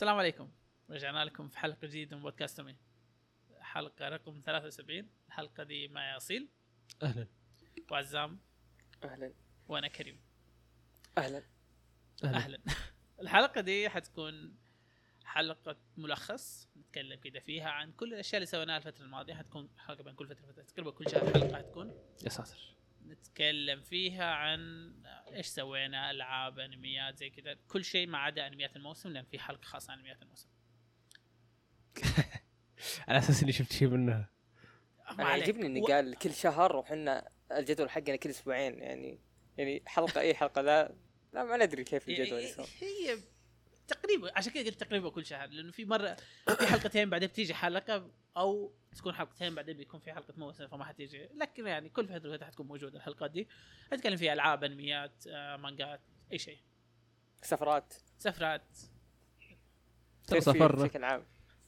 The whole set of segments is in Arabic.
السلام عليكم. رجعنا لكم في حلقة جديدة من بودكاست تومي، حلقة رقم 73. الحلقة دي معي أصيل. أهلا. وعزام. أهلا. وأنا كريم. أهلا. أهلا. الحلقة دي حتكون حلقة ملخص، نتكلم كده فيها عن كل الأشياء اللي سويناها الفترة الماضية. حتكون حلقة بين كل فترة تقريبا كل شهر حلقة حتكون. يا ساتر. نتكلم فيها عن إيش سوينا، ألعاب، أنميات، زي كده، كل شيء ما عدا أنميات الموسم، لأن في حلقة خاصة عن أنميات الموسم. على أساس إني شفت شيء منها. أنا عجبني إني قال كل شهر وحنا الجدول حقنا كل أسبوعين، يعني حلقة أي حلقة لا ما ندري كيف الجدول يصير. هي تقريبا عشان كده قلت تقريبا كل شهر، لأنه في مرة في حلقتين بعدين بتيجي حلقة، أو تكون حلقتين بعدين بيكون في حلقة موسم فما حتيجي، لكن يعني كل فترة حتكون موجودة الحلقات دي. نتكلم فيها ألعاب، أنميات، مانجات، أي شيء، سفرات سفر بشكل عام.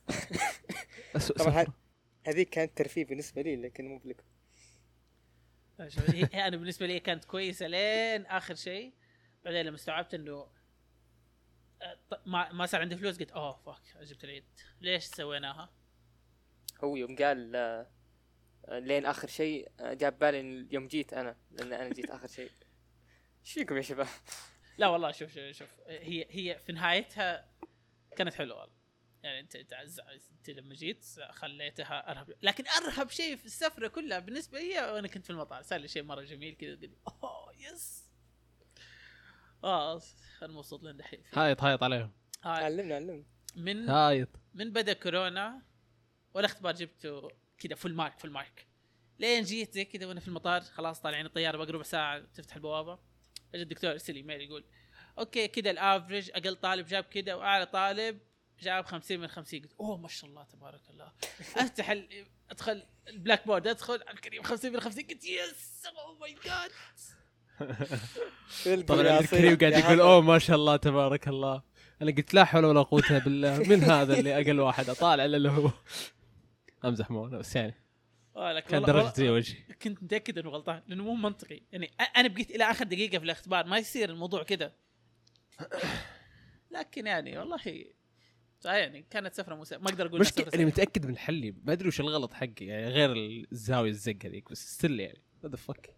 طبعا هذه كانت ترفيه بالنسبة لي، لكن مو بلكم. أنا بالنسبة لي كانت كويسة لين آخر شيء، بعدين لما استوعبت إنه ما صار عندي فلوس، قلت فاك جبت العيد، ليش سويناها؟ هو يوم قال لين آخر شيء جاب بالي يوم جيت أنا، لأن أنا جيت آخر شيء. إيش فيكم يا شباب؟ لا والله شوف هي في نهايتها كانت حلوة والله. يعني انت لما جيت خليتها ارهب، لكن ارهب شيء في السفره كلها بالنسبه لي وانا كنت في المطار صار لي شيء مره جميل كذا، قلت يس انا مبسوط لين دحين. هايط عليهم. علمنا من بدا كورونا والاختبار جبته كذا فول مارك لين جيت زي كذا وانا في المطار، خلاص طالعين الطياره بقى ربع ساعه تفتح البوابه، اجى الدكتور ارسل ايميل يقول اوكي كذا الافريج اقل طالب جاب كذا واعلى طالب جاب 50 من 50. قلت ما شاء الله تبارك الله. افتح ادخل البلاك بورد، ادخل الكريم 50 من 50، قلت يس او ماي جاد. طبعا الكريم قاعد يقول ما شاء الله تبارك الله. انا قلت لا حول ولا قوه الا بالله، من هذا اللي اقل واحد اطالع الا هو. امزح مو بس يعني كان درجة زي وجهي. كنت متاكد انه غلطان لانه مو منطقي. يعني انا بقيت الى اخر دقيقه في الاختبار، ما يصير الموضوع كده. لكن يعني والله يعني كانت سفره ما اقدر اقول مش انا متاكد من حلي، ما ادري وش الغلط حقي يعني، غير الزاويه الزق هذيك، بس ستيل يعني هذا فك.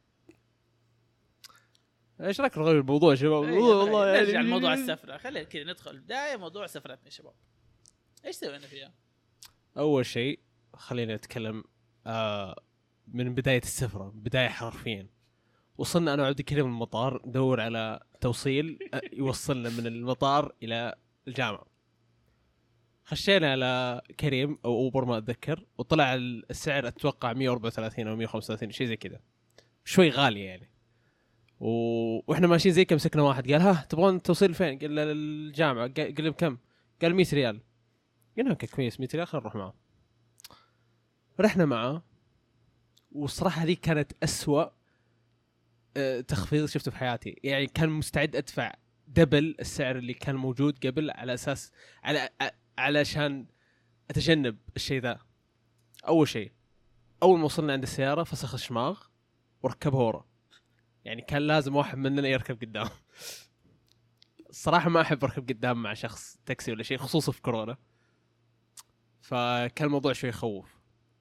ايش رايك نغير الموضوع يا شباب؟ والله يعني نرجع الموضوع السفره، خلينا كذا ندخل بدايه موضوع سفرتنا يا شباب. ايش سوينا فيها؟ اول شيء خلينا نتكلم من بدايه السفره، بدايه حرفيا. وصلنا انا وعبد الكريم المطار، ندور على توصيل يوصلنا من المطار الى الجامعه. خشينا على كريم او اوبر ما اتذكر، وطلع السعر اتوقع 134 او 135 شيء زي كذا، شوي غالي يعني. واحنا ماشيين زي كم مسكنا واحد قال ها تبغون توصيل فين؟ قال الجامعه. قال بكم؟ قال 100 ريال. قلنا كويس 100 ريال، خلينا نروح معه. رحنا معه، والصراحه هذه كانت أسوأ تخفيض شفته في حياتي. يعني كان مستعد ادفع دبل السعر اللي كان موجود قبل على اساس علشان اتجنب الشيء ذا. اول شيء اول ما وصلنا عند السياره فسخ الشماغ وركبها ورا، يعني كان لازم واحد مننا يركب قدام. الصراحه ما احب اركب قدام مع شخص تاكسي ولا شيء، خصوصا في كورونا، فكان الموضوع شوي يخوف.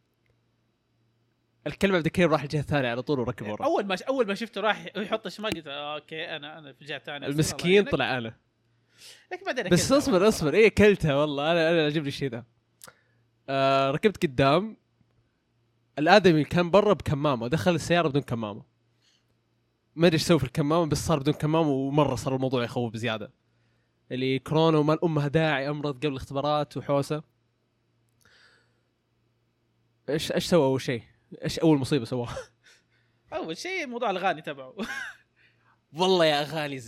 الكلمه عبد الكريم راح الجهه الثانيه على طول وركب ورا. اول ما شفته راح يحط الشماغ قلت اوكي انا في الجهه الثانيه. المسكين طلع انا، لكن بعدين بس اصبر ايه كلتها والله. انا عجبني الشيء ذا. ركبت قدام. الادمي كان برا بكمامه، دخل السياره بدون كمامه. ما ادري ايش سوى في الكمامه، بس صار بدون كمامه، ومره صار الموضوع يخوف بزياده. اللي كورونا وما امها داعي، امرض قبل الاختبارات وحوسه. ايش سوى اول شيء؟ ايش اول مصيبه سواها؟ اول شيء موضوع الاغاني تبعه. والله يا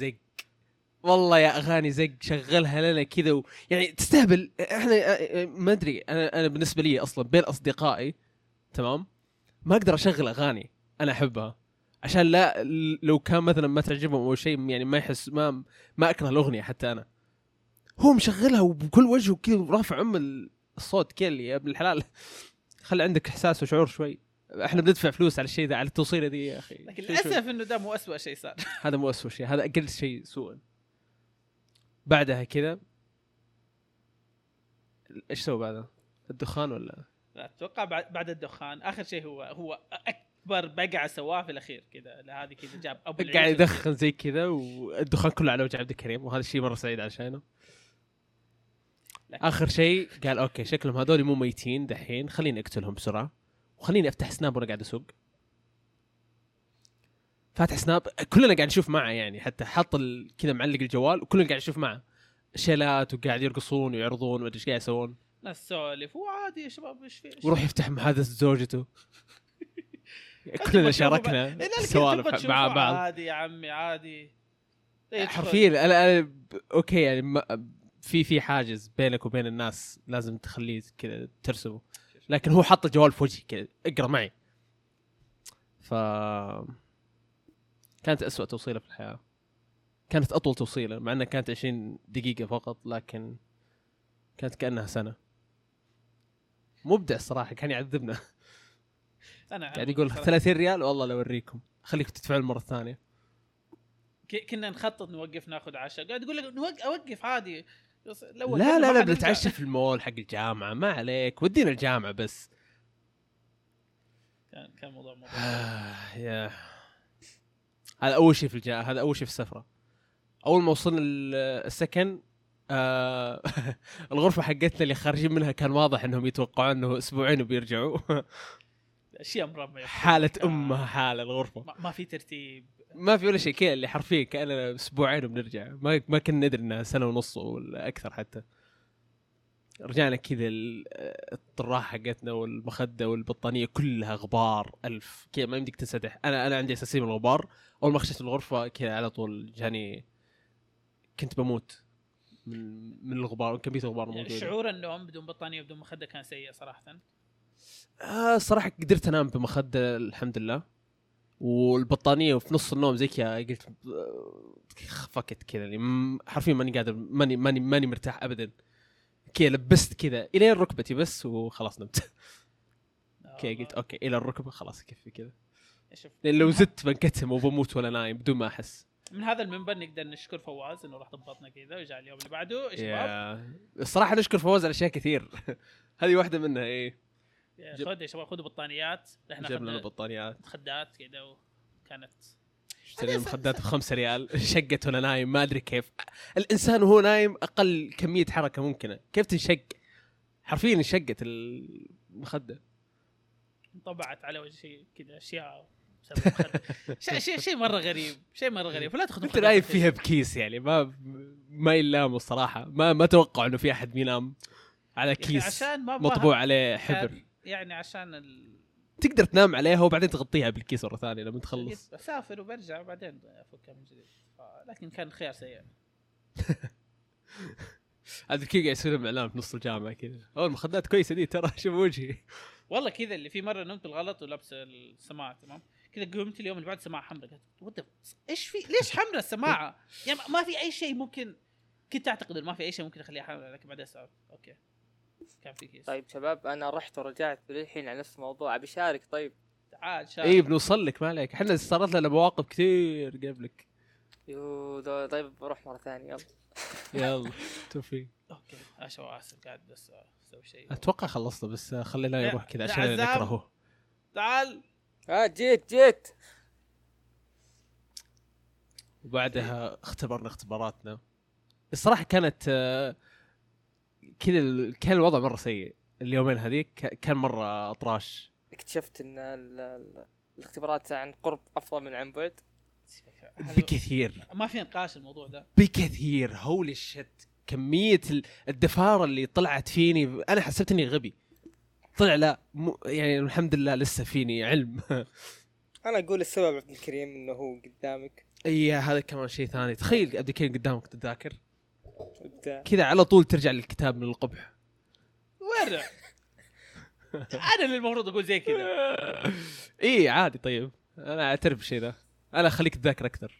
اغاني زق شغلها لنا كذا يعني تستهبل. احنا ما ادري، انا بالنسبه لي اصلا بين اصدقائي تمام ما اقدر اشغل اغاني انا احبها، عشان لا لو كان مثلا ما تعجبهم او شيء يعني ما يحس ما اكره الاغنيه. حتى انا هو مشغلها وبكل وجهه كذا رافع الصوت كل يا ابن الحلال. خلي عندك احساس وشعور شوي. احنا بندفع فلوس على الشيء ذا، على التوصيله دي يا اخي. لكن للاسف انه ده مو اسوء شيء صار. هذا مو اسوء شيء، هذا اقل شيء سوءا. بعدها كذا ايش سوى بعده؟ الدخان ولا؟ لا اتوقع بعد الدخان اخر شيء هو اكبر بقعه سواه في الاخير كذا. هذه كذا جاب ابو العيد قاعد يدخن زي كذا والدخان كله على وجه عبد الكريم، وهذا الشيء مره سعيد عشانه. اخر شيء قال اوكي شكلهم هذول مو ميتين دحين، خليني اقتلهم بسرعه وخليني افتح سناب وانا قاعد اسوق. فاتح سناب كلنا قاعد نشوف معه، يعني حتى حط كذا معلق الجوال وكلنا قاعد نشوف معه شيلات وقاعد يرقصون ويعرضون وما ادري ايش قاعد يسوون. ناس سولف وعادي يا شباب ايش في وروح يفتح محادثه زوجته. كلنا شاركنا سوالف مع بعض. عادي يا عمي عادي حرفيا. انا اوكي يعني في حاجز بينك وبين الناس لازم تخليه كذا ترسمه، لكن هو حط الجوال في وجهي كذا اقرا معي. كانت أسوأ توصيله في الحياه، كانت اطول توصيله مع انها كانت 20 دقيقه فقط، لكن كانت كانها سنه. مبدع الصراحه، كان يعذبنا. قاعد يقول 30 ريال والله لو اوريكم خليكم تدفعون المره الثانيه. كنا نخطط نوقف ناخذ عشاء، قاعد يقول لك اوقف عادي. لا بنتعشى في المول حق الجامعه، ما عليك ودينا الجامعه بس. كان موضوع يا هذا اول شيء في هذا اول شيء في السفره. اول ما وصلنا السكن الغرفه حقتنا اللي خارجين منها كان واضح انهم يتوقعون انه اسبوعين وبيرجعوا. اشياء مرميه حاله امها حاله الغرفه، ما في ترتيب، ما في ولا شيء كذا. اللي حرفيا كأننا اسبوعين وبنرجع، ما كنا ندري انها سنه ونص ولا اكثر. حتى رجعنا كذا الطراحه حقتنا والمخده والبطانيه كلها غبار ألف كذا، ما يمديك تنسدح. انا عندي اساسيه من الغبار. اول ما خشيت الغرفه كذا على طول جاني، كنت بموت من الغبار وكميه الغبار موجوده. يعني شعور النوم بدون بطانيه بدون مخده كان سيء صراحه. الصراحه قدرت انام بمخده الحمد لله، والبطانيه وفي نص النوم زي كذا قلت فكت كذا، يعني حرفيا ماني قادر، ماني مرتاح ابدا. كذا لبست كذا الى ركبتي بس وخلاص نمت. كذا قلت اوكي الى الركبه خلاص كفي كذا، لان لو زدت بنكتم وبموت ولا نايم بدون ما احس. من هذا المنبر نقدر نشكر فواز انه راح ضبطنا كذا وجاء اليوم اللي بعده. يا شباب الصراحه نشكر فواز على اشياء كثير. هذه واحده منها. ايه خذ يا شباب، خذوا بطانيات. احنا جبنا بطانيات مخدات كذا، وكانت اشترينا مخدات ب5 ريال. شقت وانا نايم، ما ادري كيف الانسان وهو نايم اقل كميه حركه ممكنه كيف تنشق. حرفيا انشقت المخده، طبعت على وجهي كذا اشياء. شيء مره غريب، فلا تاخذوا انت نايم فيها بكيس، يعني ما يلام الصراحه. ما توقع انه في احد بينام على كيس مطبوع عليه حبر، يعني عشان تقدر تنام عليها وبعدين تغطيها بالكيس مرة ثانية لما تخلص. أسافر وبرجع وبعدين أفكها من جديد، لكن كان خيار سيء. هذا كي قاعد يسوي إعلان في نص الجامعة كذا، أول مخدات كويسة دي ترى، شوف وجهي. والله كذا اللي في مرة نمت بالغلط ولبس السماعة تمام كذا، قمت اليوم اللي بعد سماعة حمراء. قلت إيش في ليش حمراء السماعة؟ يعني ما في أي شيء ممكن، كنت أعتقد ما في أي شيء ممكن أخليها حمراء، لكن بعدين سألت أوكي كان في كيس. طيب شباب أنا رحت ورجعت للحين على نفس الموضوع، بشارك. طيب تعال شارك. إيه بنوصل لك، ما عليك، إحنا صارت لنا مواقف كثير قبلك. طيب بروح مرة ثانية. يلا توفيق. اوكي اسف قاعد بس اسوي شيء. اتوقع خلصنا، بس خلينا يروح كذا عشان نكرهه. تعال. جيت. وبعدها اختبرنا اختباراتنا. الصراحه كانت كذا، كان الوضع مره سيء اليومين هذيك، كان مره اطراش. اكتشفت ان الاختبارات عن قرب افضل من عن بعد بكثير. ما في نقاش الموضوع ده بكثير. هول الشت، كميه الدفاره اللي طلعت فيني، انا حسبت اني غبي، طلع لا يعني الحمد لله لسه فيني علم. انا اقول السبب عبد الكريم انه هو قدامك. هذا كمان شيء ثاني. تخيل عبد الكريم قدامك تذاكر كذا على طول ترجع للكتاب من القبح. ورع. انا اللي المفروض اقول زي كذا. عادي. طيب انا اعترف بالشيء ذا، انا اخليك تذاكر اكثر.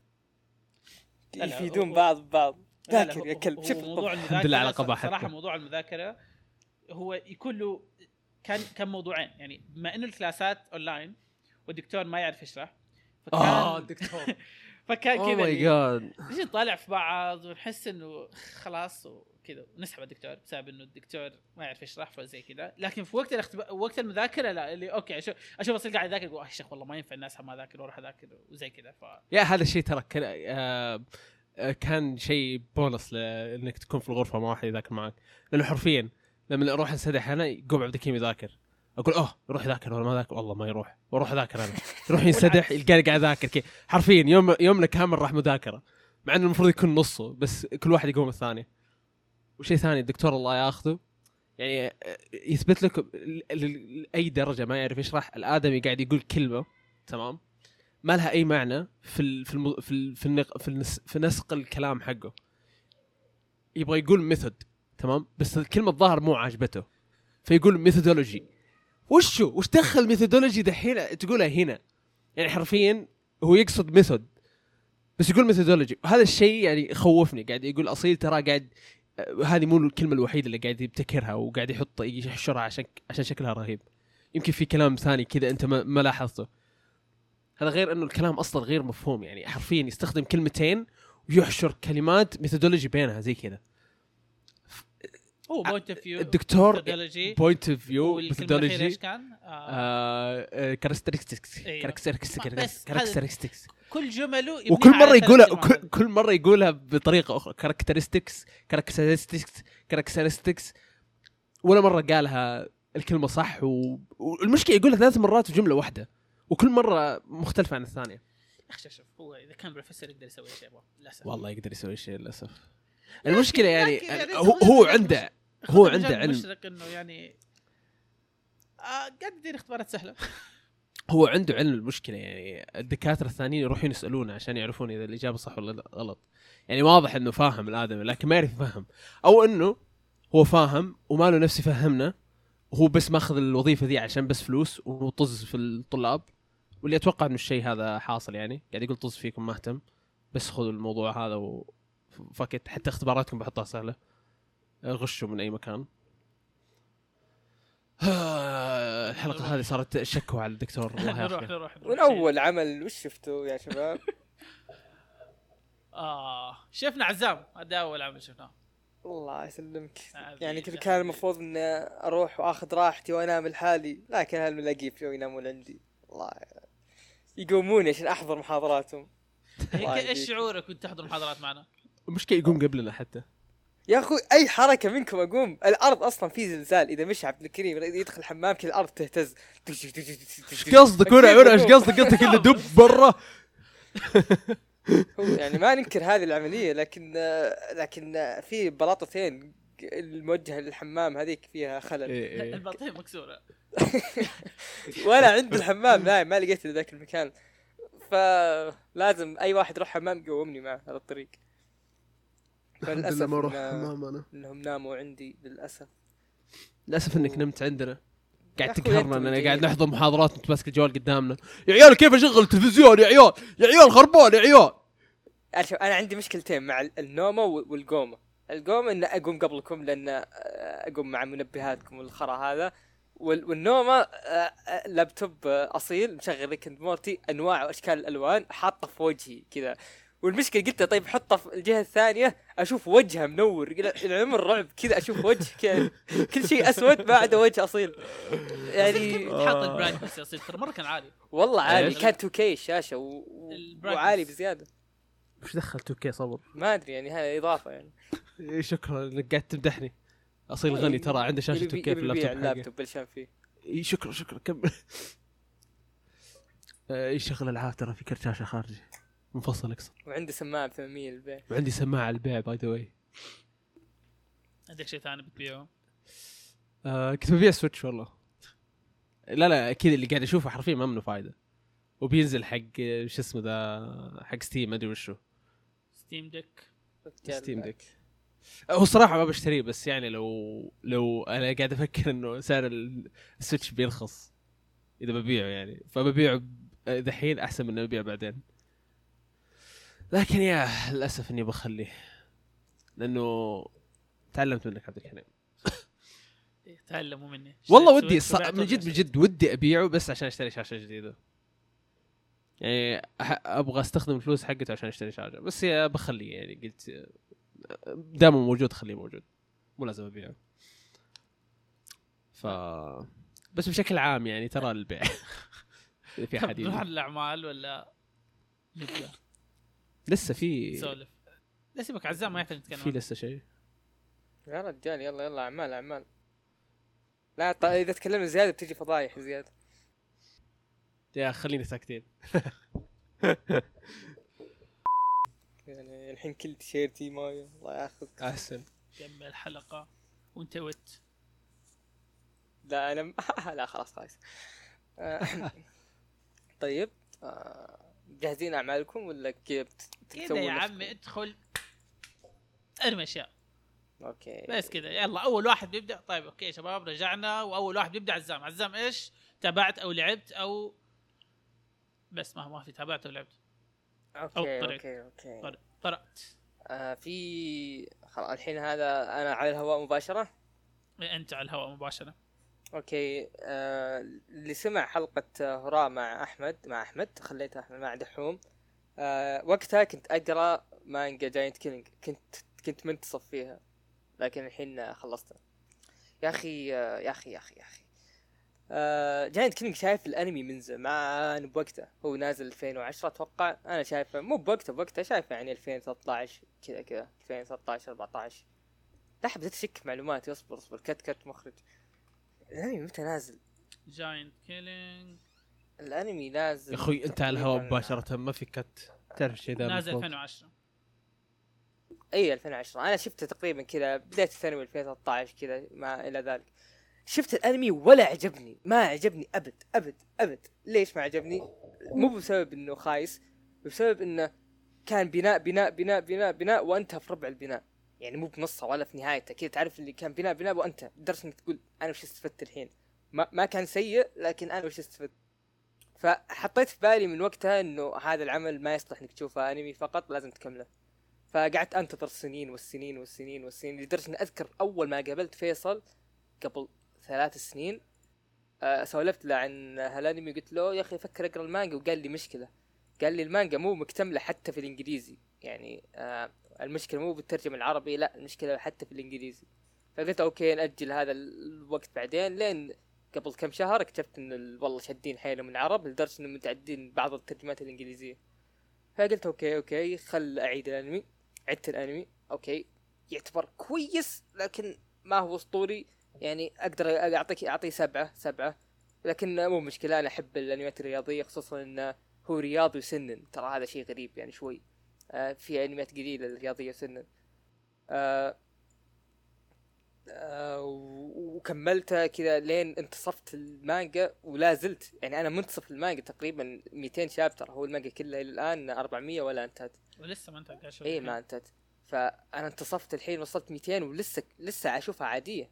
يفيدون بعض. ذاكر يا كلب. شوف موضوع المذاكره الحمد لله على قباحتك. صراحه موضوع المذاكره هو يكون له كان موضوعين، يعني بما انه الكلاسات اونلاين والدكتور ما يعرف يشرح، فكان الدكتور فكان كذا ماي جاد نجي نطالع في بعض ونحس انه خلاص كذا نسحب الدكتور بسبب انه الدكتور ما يعرف يشرح فزي كذا. لكن في وقت المذاكره لا، اللي اوكي اشوف اصير قاعد اذاكر اقول يا شيخ والله ما ينفع الناس ما اذاكر واروح اذاكر وزي كذا. يا هذا الشيء ترى كان شيء بونص لانك تكون في الغرفه مع واحد يذاكر معك، لانه حرفيا لما اروح انسدح انا يقوم عبد الحكيم يذاكر اقول روح ذاكر ولا ما ذاكر، والله ما يروح واروح ذاكر انا يروح ينسدح يلقاني قاعد اذاكر كي حرفيا يومنا كامل راح مذاكره، مع انه المفروض يكون نصه بس كل واحد يقوم الثاني. وشيء ثاني الدكتور الله ياخذه يعني يثبت لك اي درجه ما يعرف يشرح، الادمي قاعد يقول كلمه تمام ما لها اي معنى في نسق الكلام حقه، يبغى يقول ميثود تمام بس الكلمه الظاهر مو عاجبته فيقول ميثودولوجي. وش دخل ميثودولوجي دحين تقولها هنا؟ يعني حرفيا هو يقصد ميثود بس يقول ميثودولوجي، وهذا الشيء يعني يخوفني. قاعد يقول اصيل ترى قاعد هذه مو الكلمه الوحيده اللي قاعد يبتكرها وقاعد يحشرها عشان شكلها رهيب، يمكن في كلام ثاني كذا انت ما لاحظته. هذا غير انه الكلام اصلا غير مفهوم، يعني حرفيا يستخدم كلمتين ويحشر كلمات ميثودولوجي بينها زي كذا. هو بوينت اوف فيو الدكتور بوينت اوف فيو ميثودولوجي ايش كان كاركترستكس كل جمله وكل مره يقولها كل مره يقولها بطريقه اخرى كاركترستكس ولا مره قالها الكلمه صح والمشكله يقولها 3 مرات في جمله واحده وكل مره مختلفه عن الثانيه. شوف هو اذا كان بروفيسور يقدر يسوي شيء للاسف، والله يقدر يسوي شيء للاسف. المشكله يعني هو عنده علم مشرق انه يعني قاعد يدير اختبارات سهله. هو عنده علم. المشكله يعني الدكاتره الثانيين يروحون يسالونه عشان يعرفون اذا الاجابه صح ولا غلط. يعني واضح انه فاهم الادمي لكن ما يعرف يفهم، او انه هو فاهم وما له نفس يفهمنا وهو بس ماخذ الوظيفه ي عشان بس فلوس وطز في الطلاب. واللي اتوقع انه الشيء هذا حاصل، يعني قاعد يقول طز فيكم ما اهتم بس خذوا الموضوع هذا وفكت حتى اختباراتكم بحطها سهله غشوا من اي مكان. الحلقه هذه صارت شكوى على الدكتور. نروح من اول عمل وش شفتوا يا شباب؟ شفنا عزام، هذا اول عمل شفناه. الله يسلمك. يعني كان المفروض ان اروح واخذ راحتي وانام لحالي، لكن هالملاقيف جو ينامون عندي. الله يقوموني عشان احضر محاضراتهم. ايش شعورك كنت تحضر محاضرات معنا؟ المشكله يقوم قبلنا حتى يا اخوي اي حركه منكم اقوم. الارض اصلا في زلزال، اذا مشى عبد الكريم يدخل الحمام كل الارض تهتز. ايش قصدك ولا ايش قصدك انه دب برا؟ يعني ما ننكر هذه العمليه، لكن في بلاطتين الموجهه للحمام هذيك فيها خلل. البلاطتين مكسوره وانا عند الحمام ما لقيت ذاك المكان، فلازم اي واحد يروح حمام يقومني معه على الطريق. فللاسف ما اروح حمام انا، انهم ناموا عندي للاسف انك نمت عندنا. قاعد تقهرنا اننا قاعد نحضر محاضرات وانت ماسك الجوال قدامنا. يا عيال كيف اشغل التلفزيون يا عيال خربان يا عيال. انا عندي مشكلتين مع النومه والقومه. القومه ان اقوم قبلكم لان اقوم مع منبهاتكم والخرا هذا، والنومه لابتوب اصيل مشغل ريك اند مورتي انواع واشكال الالوان حاطه في وجهي كذا. والمشكله قلت طيب حطه في الجهه الثانيه اشوف وجهه منور العمر رعب كذا، اشوف وجه كذا كل شيء اسود ما عدا وجه اصيل. يعني حاط البرايتنس اصيل ترى مره كان عالي، والله عالي. كان 2K الشاشه وعالي بزياده. وش دخل 2K صبر؟ ما ادري يعني هذا اضافه يعني. شكرا انك قاعد تمدحني. اصيل غني ترى عنده شاشه 2K في اللابتوب بلشان فيه. شكرا كمل. يشغل العاب ترى في كرت شاشه خارجي منفصل اكثر، وعندي سماعه ب 800 للبيع، وعندي سماعه للبيع باي ذا واي. عندك شيء ثاني بتبيعه؟ كنت ببيع سويتش والله. لا اكيد اللي قاعد اشوفه حرفيا ما منه فايده، وبينزل حق شو اسمه ذا حق ستيم ما ادري وشو. ستيم ديك هو صراحه ما بشتريه، بس يعني لو انا قاعد افكر انه سعر السويتش بيرخص اذا ببيعه يعني، فببيعه دحين احسن من ابيعه بعدين. لكن يا للاسف اني بخليه لانه تعلمت منك عبد الكريم. تعلموا مني والله ودي من جد ودي ابيعه بس عشان اشتري شاشه جديده. يعني ابغى استخدم الفلوس حقته عشان اشتري شاشه، بس يا بخليه يعني قلت دام موجود خليه موجود. مو لازم ابيعه. بس بشكل عام يعني ترى البيع في طب احد نروح الاعمال ولا نبدا لسه في نسولف؟ لا سيبك عزام ما يحتاج في نتكلم. لسه شيء. يا رجال يلا يلا اعمال اعمال. لا اذا تكلمنا زياده بتجي فضايح زياده. يا خليني ساكتين. يعني الحين كل تيشيرتي مويه الله ياخذك. احسن. كمل الحلقه وانت وت. لا انا لا خلاص خلاص. طيب جاهزين اعمالكم ولا كيف كذا يا عمي ادخل ارمي اشياء اوكي بس كذا. يلا اول واحد بيبدا. طيب اوكي يا شباب رجعنا واول واحد بيبدا عزام. عزام ايش تابعت او لعبت او بس ما في تابعت او لعبت؟ اوكي طريق. اوكي قرأت. في خلاص الحين هذا انا على الهواء مباشره. انت على الهواء مباشره. اوكي اللي سمع حلقه هراء مع احمد خليت احمد مع دحوم. وقتها كنت اقرا مانجا جاينت كيلينج كنت منتصف فيها لكن الحين خلصتها. يا اخي جاينت كيلينج شايف الانمي من زمان بوقته. هو نازل 2010 اتوقع. انا شايفه مو بوقته شايفه يعني 2013 كذا 2013 14. لحظه بديت اشك معلوماتي. اصبر كت مخرج. الانمي متى نازل؟ جاينت كيلينج الانمي نازل يا اخوي انت على الهواء مباشره ما في كت. تعرف الشيء ذا نازل 2010. اي 2010. انا شفته تقريبا كذا بدايه الثانوي 2013 كذا ما الى ذلك. شفت الانمي ولا عجبني. ما عجبني ابد. ليش ما عجبني؟ مو بسبب انه خايس بسبب انه كان بناء وانتهى في ربع البناء. يعني مو بنصه ولا في نهايته كذا. تعرف اللي كان بناء وانت لدرجه انك تقول انا وش استفدت الحين. ما كان سيء لكن انا وش استفدت. فحطيت في بالي من وقتها انه هذا العمل ما يصلح انك تشوفه انمي فقط لازم تكمله. فقعدت انتظر السنين لدرجه اني اذكر اول ما قابلت فيصل قبل 3 سنين سولفت له عن هالانمي قلت له يا اخي فكر اقرا المانجا وقال لي مشكله. قال لي المانجا مو مكتمله حتى في الانجليزي. يعني المشكله مو بالترجمه العربي لا المشكله حتى في الانجليزي. فقلت اوكي ناجل هذا الوقت بعدين لين قبل كم شهر اكتشفت ان والله شادين حيلهم من العرب لدرجه انهم متعدين بعض الترجمات الانجليزيه. فقلت اوكي خل اعيد الانمي. عدت الانمي اوكي يعتبر كويس لكن ما هو اسطوري. يعني اقدر اعطيه 7 لكن مو مشكله. انا احب الانميات الرياضيه خصوصا انه هو رياضي وسنن. ترى هذا شيء غريب يعني شوي. في انميات قليله الرياضيه وسنن. وكملتها كذا لين انتصفت المانجا ولا زلت. يعني انا منتصف المانجا تقريبا 200 شابتر. هو المانجا كلها الى الان 400 ولا انتهت ولسه ما انتهت. اي ما انتهت. فانا انتصفت الحين وصلت 200 ولسه اشوفها عاديه.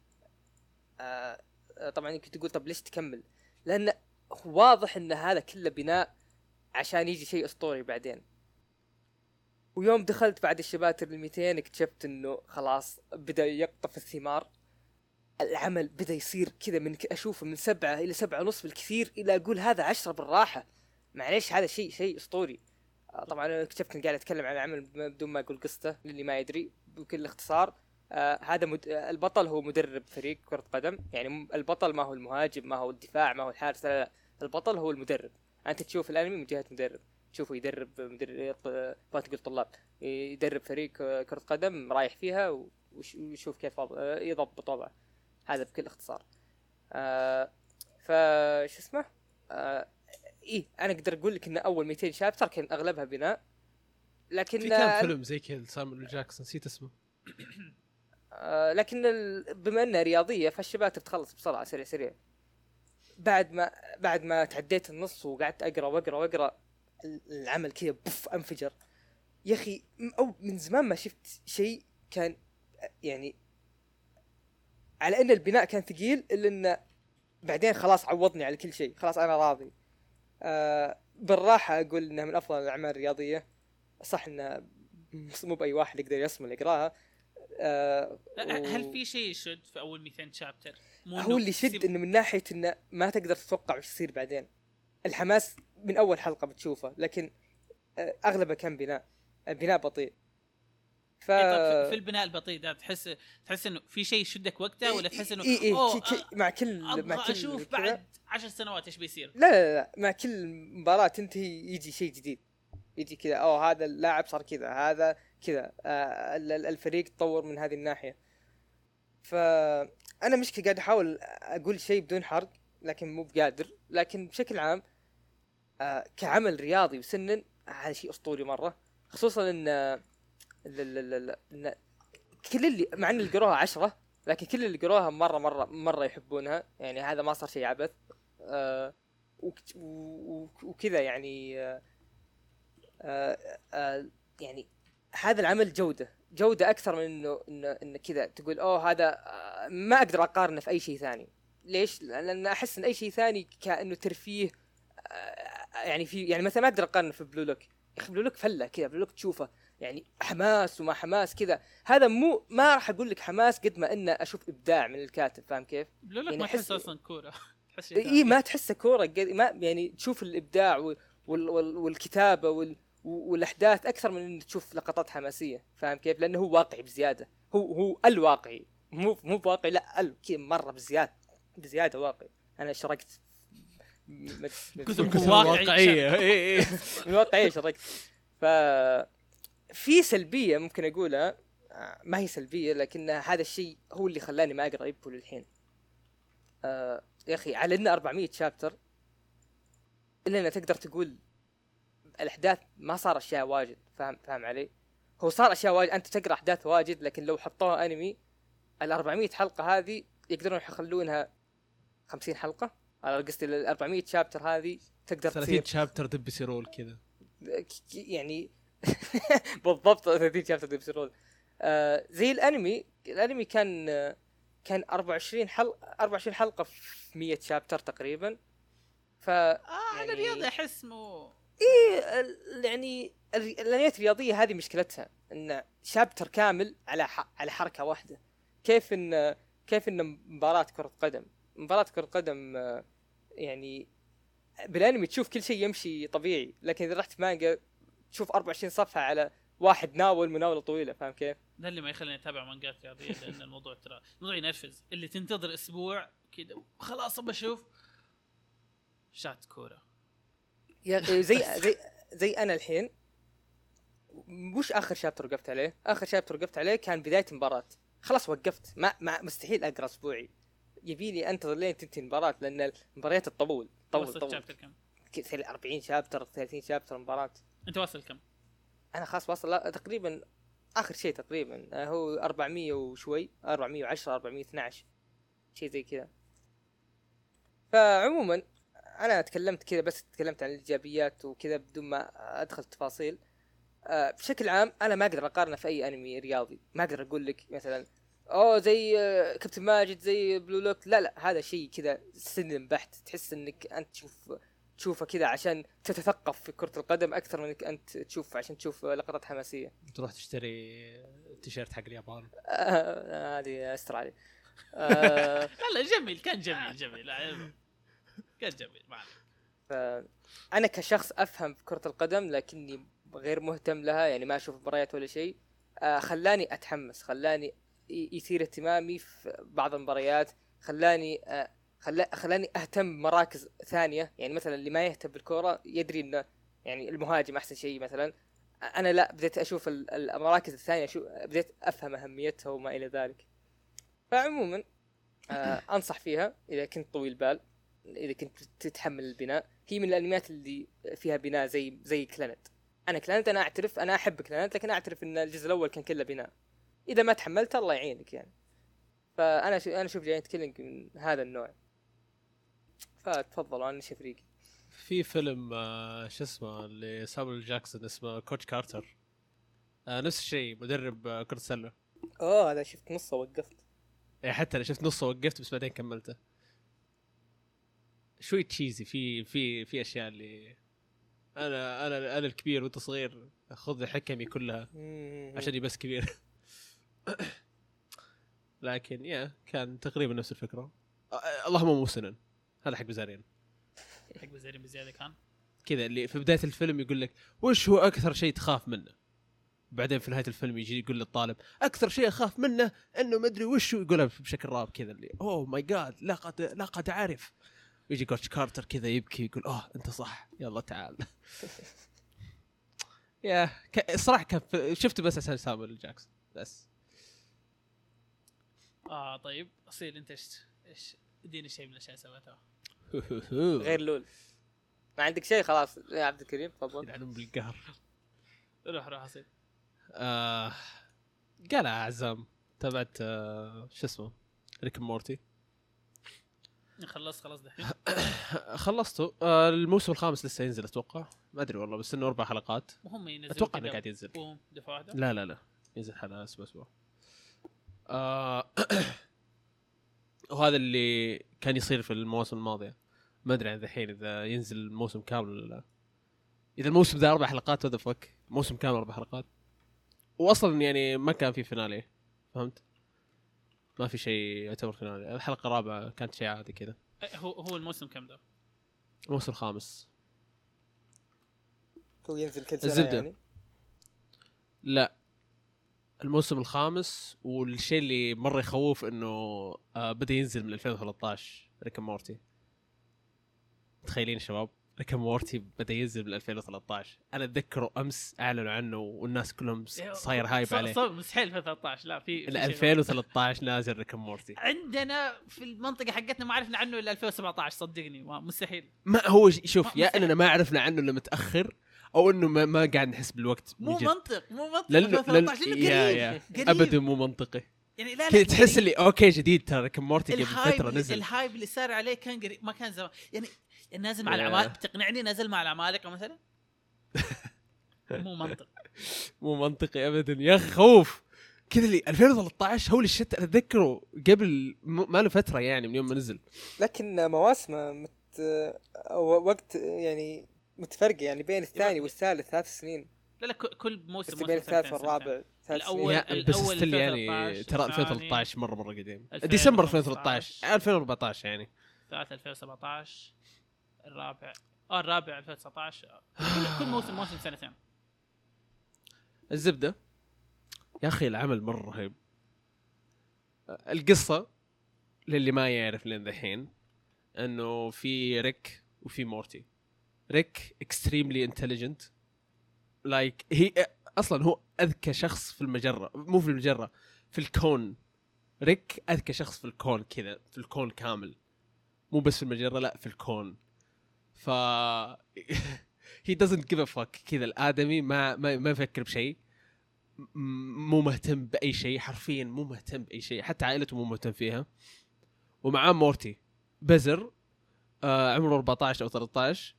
طبعا كنت تقول طب ليش تكمل؟ لان واضح ان هذا كله بناء عشان يجي شيء اسطوري بعدين. ويوم دخلت بعد الشباتر ال200 اكتشفت انه خلاص بدا يقطف الثمار. العمل بدا يصير كذا من اشوفه من 7 إلى 7.5 بالكثير الى اقول هذا 10 بالراحه. معليش هذا شيء اسطوري. طبعا انا اكتشفت اني قاعد اتكلم عن العمل بدون ما اقول قصته للي ما يدري بكل اختصار. هذا البطل هو مدرب فريق كرة قدم. يعني البطل ما هو المهاجم ما هو الدفاع ما هو الحارس لا. البطل هو المدرب. انت تشوف الانمي من جهة مدرب. تشوفه يدرب ما تقول طلاب يدرب فريق كرة قدم رايح فيها ويشوف كيف يضبط وضعه. هذا بكل اختصار. فش اسمه ايه انا اقدر اقول لك ان اول 200 شابتر كان اغلبها بناء. لكن في كان فيلم زي كذا سامويل جاكسون نسيت اسمه. لكن بما انها رياضيه فالشباتر تخلص بسرعه سريع. بعد ما تعديت النص وقعدت اقرا العمل كذا انفجر يا اخي. او من زمان ما شفت شيء كان يعني على ان البناء كان ثقيل الا انه بعدين خلاص عوضني على كل شيء. خلاص انا راضي. بالراحه اقول انها من افضل الاعمال الرياضيه. صح انه مو باي واحد يقدر يصمل يقراها. هل في شيء يشد في اول 200 شابتر؟ هو اللي يشد انه من ناحيه انه ما تقدر تتوقع وش يصير بعدين. الحماس من اول حلقه بتشوفه لكن اغلبه كان بناء بطيء. طيب في البناء البطيء ده تحس انه في شيء يشدك وقتها ولا تحس انه مع كل اشوف بعد 10 سنوات ايش بيصير؟ لا مع كل مباراة تنتهي يجي شيء جديد، يجي كذا هذا اللاعب صار كذا، هذا كذا، الفريق تطور من هذه الناحية. فأنا مشكلة قاعد أحاول أقول شيء بدون حرق لكن مو بقادر. لكن بشكل عام كعمل رياضي وسنن هذا شيء أسطوري مرة، خصوصا إن كل اللي مع ان اللي قروها 10 لكن كل اللي قروها مرة يحبونها. يعني هذا ما صار شيء عبث وكذا يعني يعني هذا العمل جودة أكثر من إنه كذا تقول هذا ما أقدر أقارنه في أي شيء ثاني. ليش؟ لأن أحس إن أي شيء ثاني كأنه ترفيه يعني يعني مثلا ما أقدر أقارنه في بلو لوك. يا أخي بلو لوك فلة كذا، بلو لوك تشوفه يعني حماس وما حماس كذا. هذا ما راح أقول لك حماس قد ما إنه أشوف إبداع من الكاتب. فاهم كيف؟ بلو لوك يعني ما تحس أصلا كورة ما تحسه كورة ما يعني تشوف الإبداع والكتابة والأحداث أكثر من إن تشوف لقطات حماسية. فاهم كيف؟ لأنه هو واقعي بزيادة، هو الواقعي مو بواقعي، لا كذا مرة بزيادة واقعي. أنا شركت واقعية الواقعية شركت. في سلبية ممكن أقولها، ما هي سلبية لكن هذا الشيء هو اللي خلاني ما أقرأ إبو للحين. يا أخي على إنه 400 شابتر إلا أنه تقدر تقول الأحداث ما صار أشياء واجد. فاهم علي؟ هو صار أشياء واجد، أنت تقرأ أحداث واجد لكن لو حطوها أنمي 400 حلقة هذه يقدرون يخلونها 50 حلقة. على قصدي 400 شابتر هذه تقدر 30 شابتر دب يصيرون كذا يعني بالضبط 30 شابتر دب يصيرون. زي الأنمي كان 24 حلقة في 100 شابتر تقريبا. يعني الرياضة أحس مو يعني الأنميات الرياضية هذه مشكلتها إن شابتر كامل على حركة واحدة. كيف إن مباراة كرة قدم يعني بالأنمي تشوف كل شيء يمشي طبيعي، لكن إذا رحت مانجا تشوف 24 صفحة على واحد ناول مناولة طويلة. فاهم كيف؟ ده اللي ما يخليني أتابع مانجات رياضية لأن الموضوع ينرفز. اللي تنتظر أسبوع كده وخلاص أشوف شات كورة يا أخي زي أنا الحين وش آخر شابتر وقفت عليه؟ آخر شابتر وقفت عليه كان بداية مباراة، خلاص وقفت. ما مستحيل أقرأ أسبوعي، يبيلي أنتظر لين تنتهي المباراة لأن المباريات تطول. شابتر كم؟ 40 شابتر 30 شابتر مباراة. أنت واصل كم؟ أنا خلاص واصل تقريبا آخر شيء تقريبا هو 400 وشوي، 410 412 شيء زي كذا. فعموما أنا تكلمت عن الإيجابيات وكذا بدون ما أدخل تفاصيل. بشكل عام أنا ما أقدر أقارنه في أي أنمي رياضي. ما أقدر أقول لك مثلا زي كابتن ماجد زي بلو لوك، لا هذا شيء كذا سنن بحت. تحس انك انت تشوفه كذا عشان تتثقف في كرة القدم اكثر من انك انت تشوف عشان تشوف لقطات حماسية. تروح تشتري تيشيرت حق اليابان هذه استراليا. لا جميل كان جميل معنا. انا كشخص افهم في كرة القدم لكني غير مهتم لها، يعني ما اشوف مباريات ولا شيء. خلاني اتحمس، خلاني يثير اهتمامي في بعض المباريات، خلاني اهتم بمراكز ثانيه. يعني مثلا اللي ما يهتم بالكوره يدري انه يعني المهاجم احسن شيء مثلا. انا لا، بديت اشوف المراكز الثانيه، بديت افهم اهميتها وما الى ذلك. فعموما انصح فيها اذا كنت طويل بال، اذا كنت تتحمل البناء. هي من الانميات اللي فيها بناء زي كلانت. انا اعترف انا احب كلانت، لكن اعترف ان الجزء الاول كان كله بناء. اذا ما تحملت الله يعينك يعني. فانا اشوف جاينت كيلينج من هذا النوع. فتفضلوا انا شفريقي. في فيلم شو اسمه اللي سامويل جاكسون اسمه كوتش كارتر، نفس الشيء مدرب كرة سلة. هذا شفت نصه وقفت. حتى انا شفت نصه وقفت بس بعدين كملته. شوي تشيزي في اشياء اللي انا الكبير وانت صغير خذ حكمي كلها عشان بس كبير. لكن كان تقريبا نفس الفكره. اللهم مو سنن، هذا حق بزارين بزيادة كان كذا اللي في بداية الفيلم يقول لك وش هو أكثر شيء تخاف منه، بعدين في نهايه الفيلم يجي يقول للطالب اكثر شيء اخاف منه انه ما ادري وش يقولها بشكل راب كذا اللي اوه ماي جاد لقد اعرف. يجي كوتش كارتر كذا يبكي يقول انت صح يلا تعال. يا الصراحه شفت بس عشان سامويل جاكسون بس. طيب اصيل انت ايش اديني شيء من الاشياء سويتها غير لول. ما عندك شيء خلاص يا عبد الكريم تفضل. يلعنون بالقهر. روح اصيل. قال اعزام تبعت شو اسمه ريك مورتي. خلص دحين. خلصته. الموسم الخامس لسه ينزل اتوقع ما ادري والله بس انه 4 حلقات. مهم ينزل اتوقع انه قاعد ينزل دفعه واحده. لا ينزل حلقه اسبوع. وهذا اللي كان يصير في المواسم الماضيه. ما ادري عن الحين اذا ينزل الموسم كامل ولا لا. اذا الموسم ذا 4 حلقات وذا فك موسم كامل 4 حلقات واصلا يعني ما كان في فينالي فهمت. ما في شيء يعتبر فينالي. الحلقه الرابعه كانت شيء عادي كذا. هو الموسم كم ده؟ الموسم الخامس. هو ينزل كل سنه الزبدة. يعني؟ لا الموسم الخامس. والشيء اللي مره يخوف انه بدا ينزل من 2013 ريك مورتي. تخيلين شباب ريك مورتي بدا ينزل من 2013. انا اتذكره امس اعلنوا عنه والناس كلهم صاير هايب عليه. مستحيل 2013 لا في 2013 نازل ريك مورتي. عندنا في المنطقه حقتنا ما عرفنا عنه الا 2017 صدقني مستحيل. ما هو شوف يا اننا ما عرفنا عنه الا متاخر او انه ما قاعد نحس بالوقت. مو منطق 2013 لانه قريب ابدا مو منطقي يعني. لا كذا تحس اللي اوكي جديد ترى ريك مورتي قبل فتره نزل. الهايب اللي صار عليه كان قريب ما كان زمان يعني نازل مع العمالقه. بتقنعني نازل مع العمالقه مثلا؟ مو منطقي ابدا يا اخي خوف كذا اللي 2013 هو الشت اتذكره قبل ما له فتره يعني من يوم ما نزل. لكن مواسمه وقت يعني متفرقه يعني بين الثاني والثالث 3 سنين. لا كل موسم بين الثالث والرابع الاول بس استل يعني ترى 2013 مره قديم. ديسمبر 2013 2014 يعني 2017 الرابع 2019 كل موسم سنتين. الزبده يا اخي العمل مره رهيب. القصه للي ما يعرف لين الحين انه في ريك وفي مورتي. ريك extremely intelligent like هي اصلا هو اذكى شخص في المجره. مو في المجره في الكون. ريك اذكى شخص في الكون كذا في الكون كامل مو بس في المجره لا في الكون. ف he doesn't give a fuck كذا. الآدمي ما يفكر بشيء. مو مهتم بأي شيء حرفيا. مو مهتم بأي شيء حتى عائلته مو مهتم فيها. ومعاه مورتي بزر عمره 14 أو 13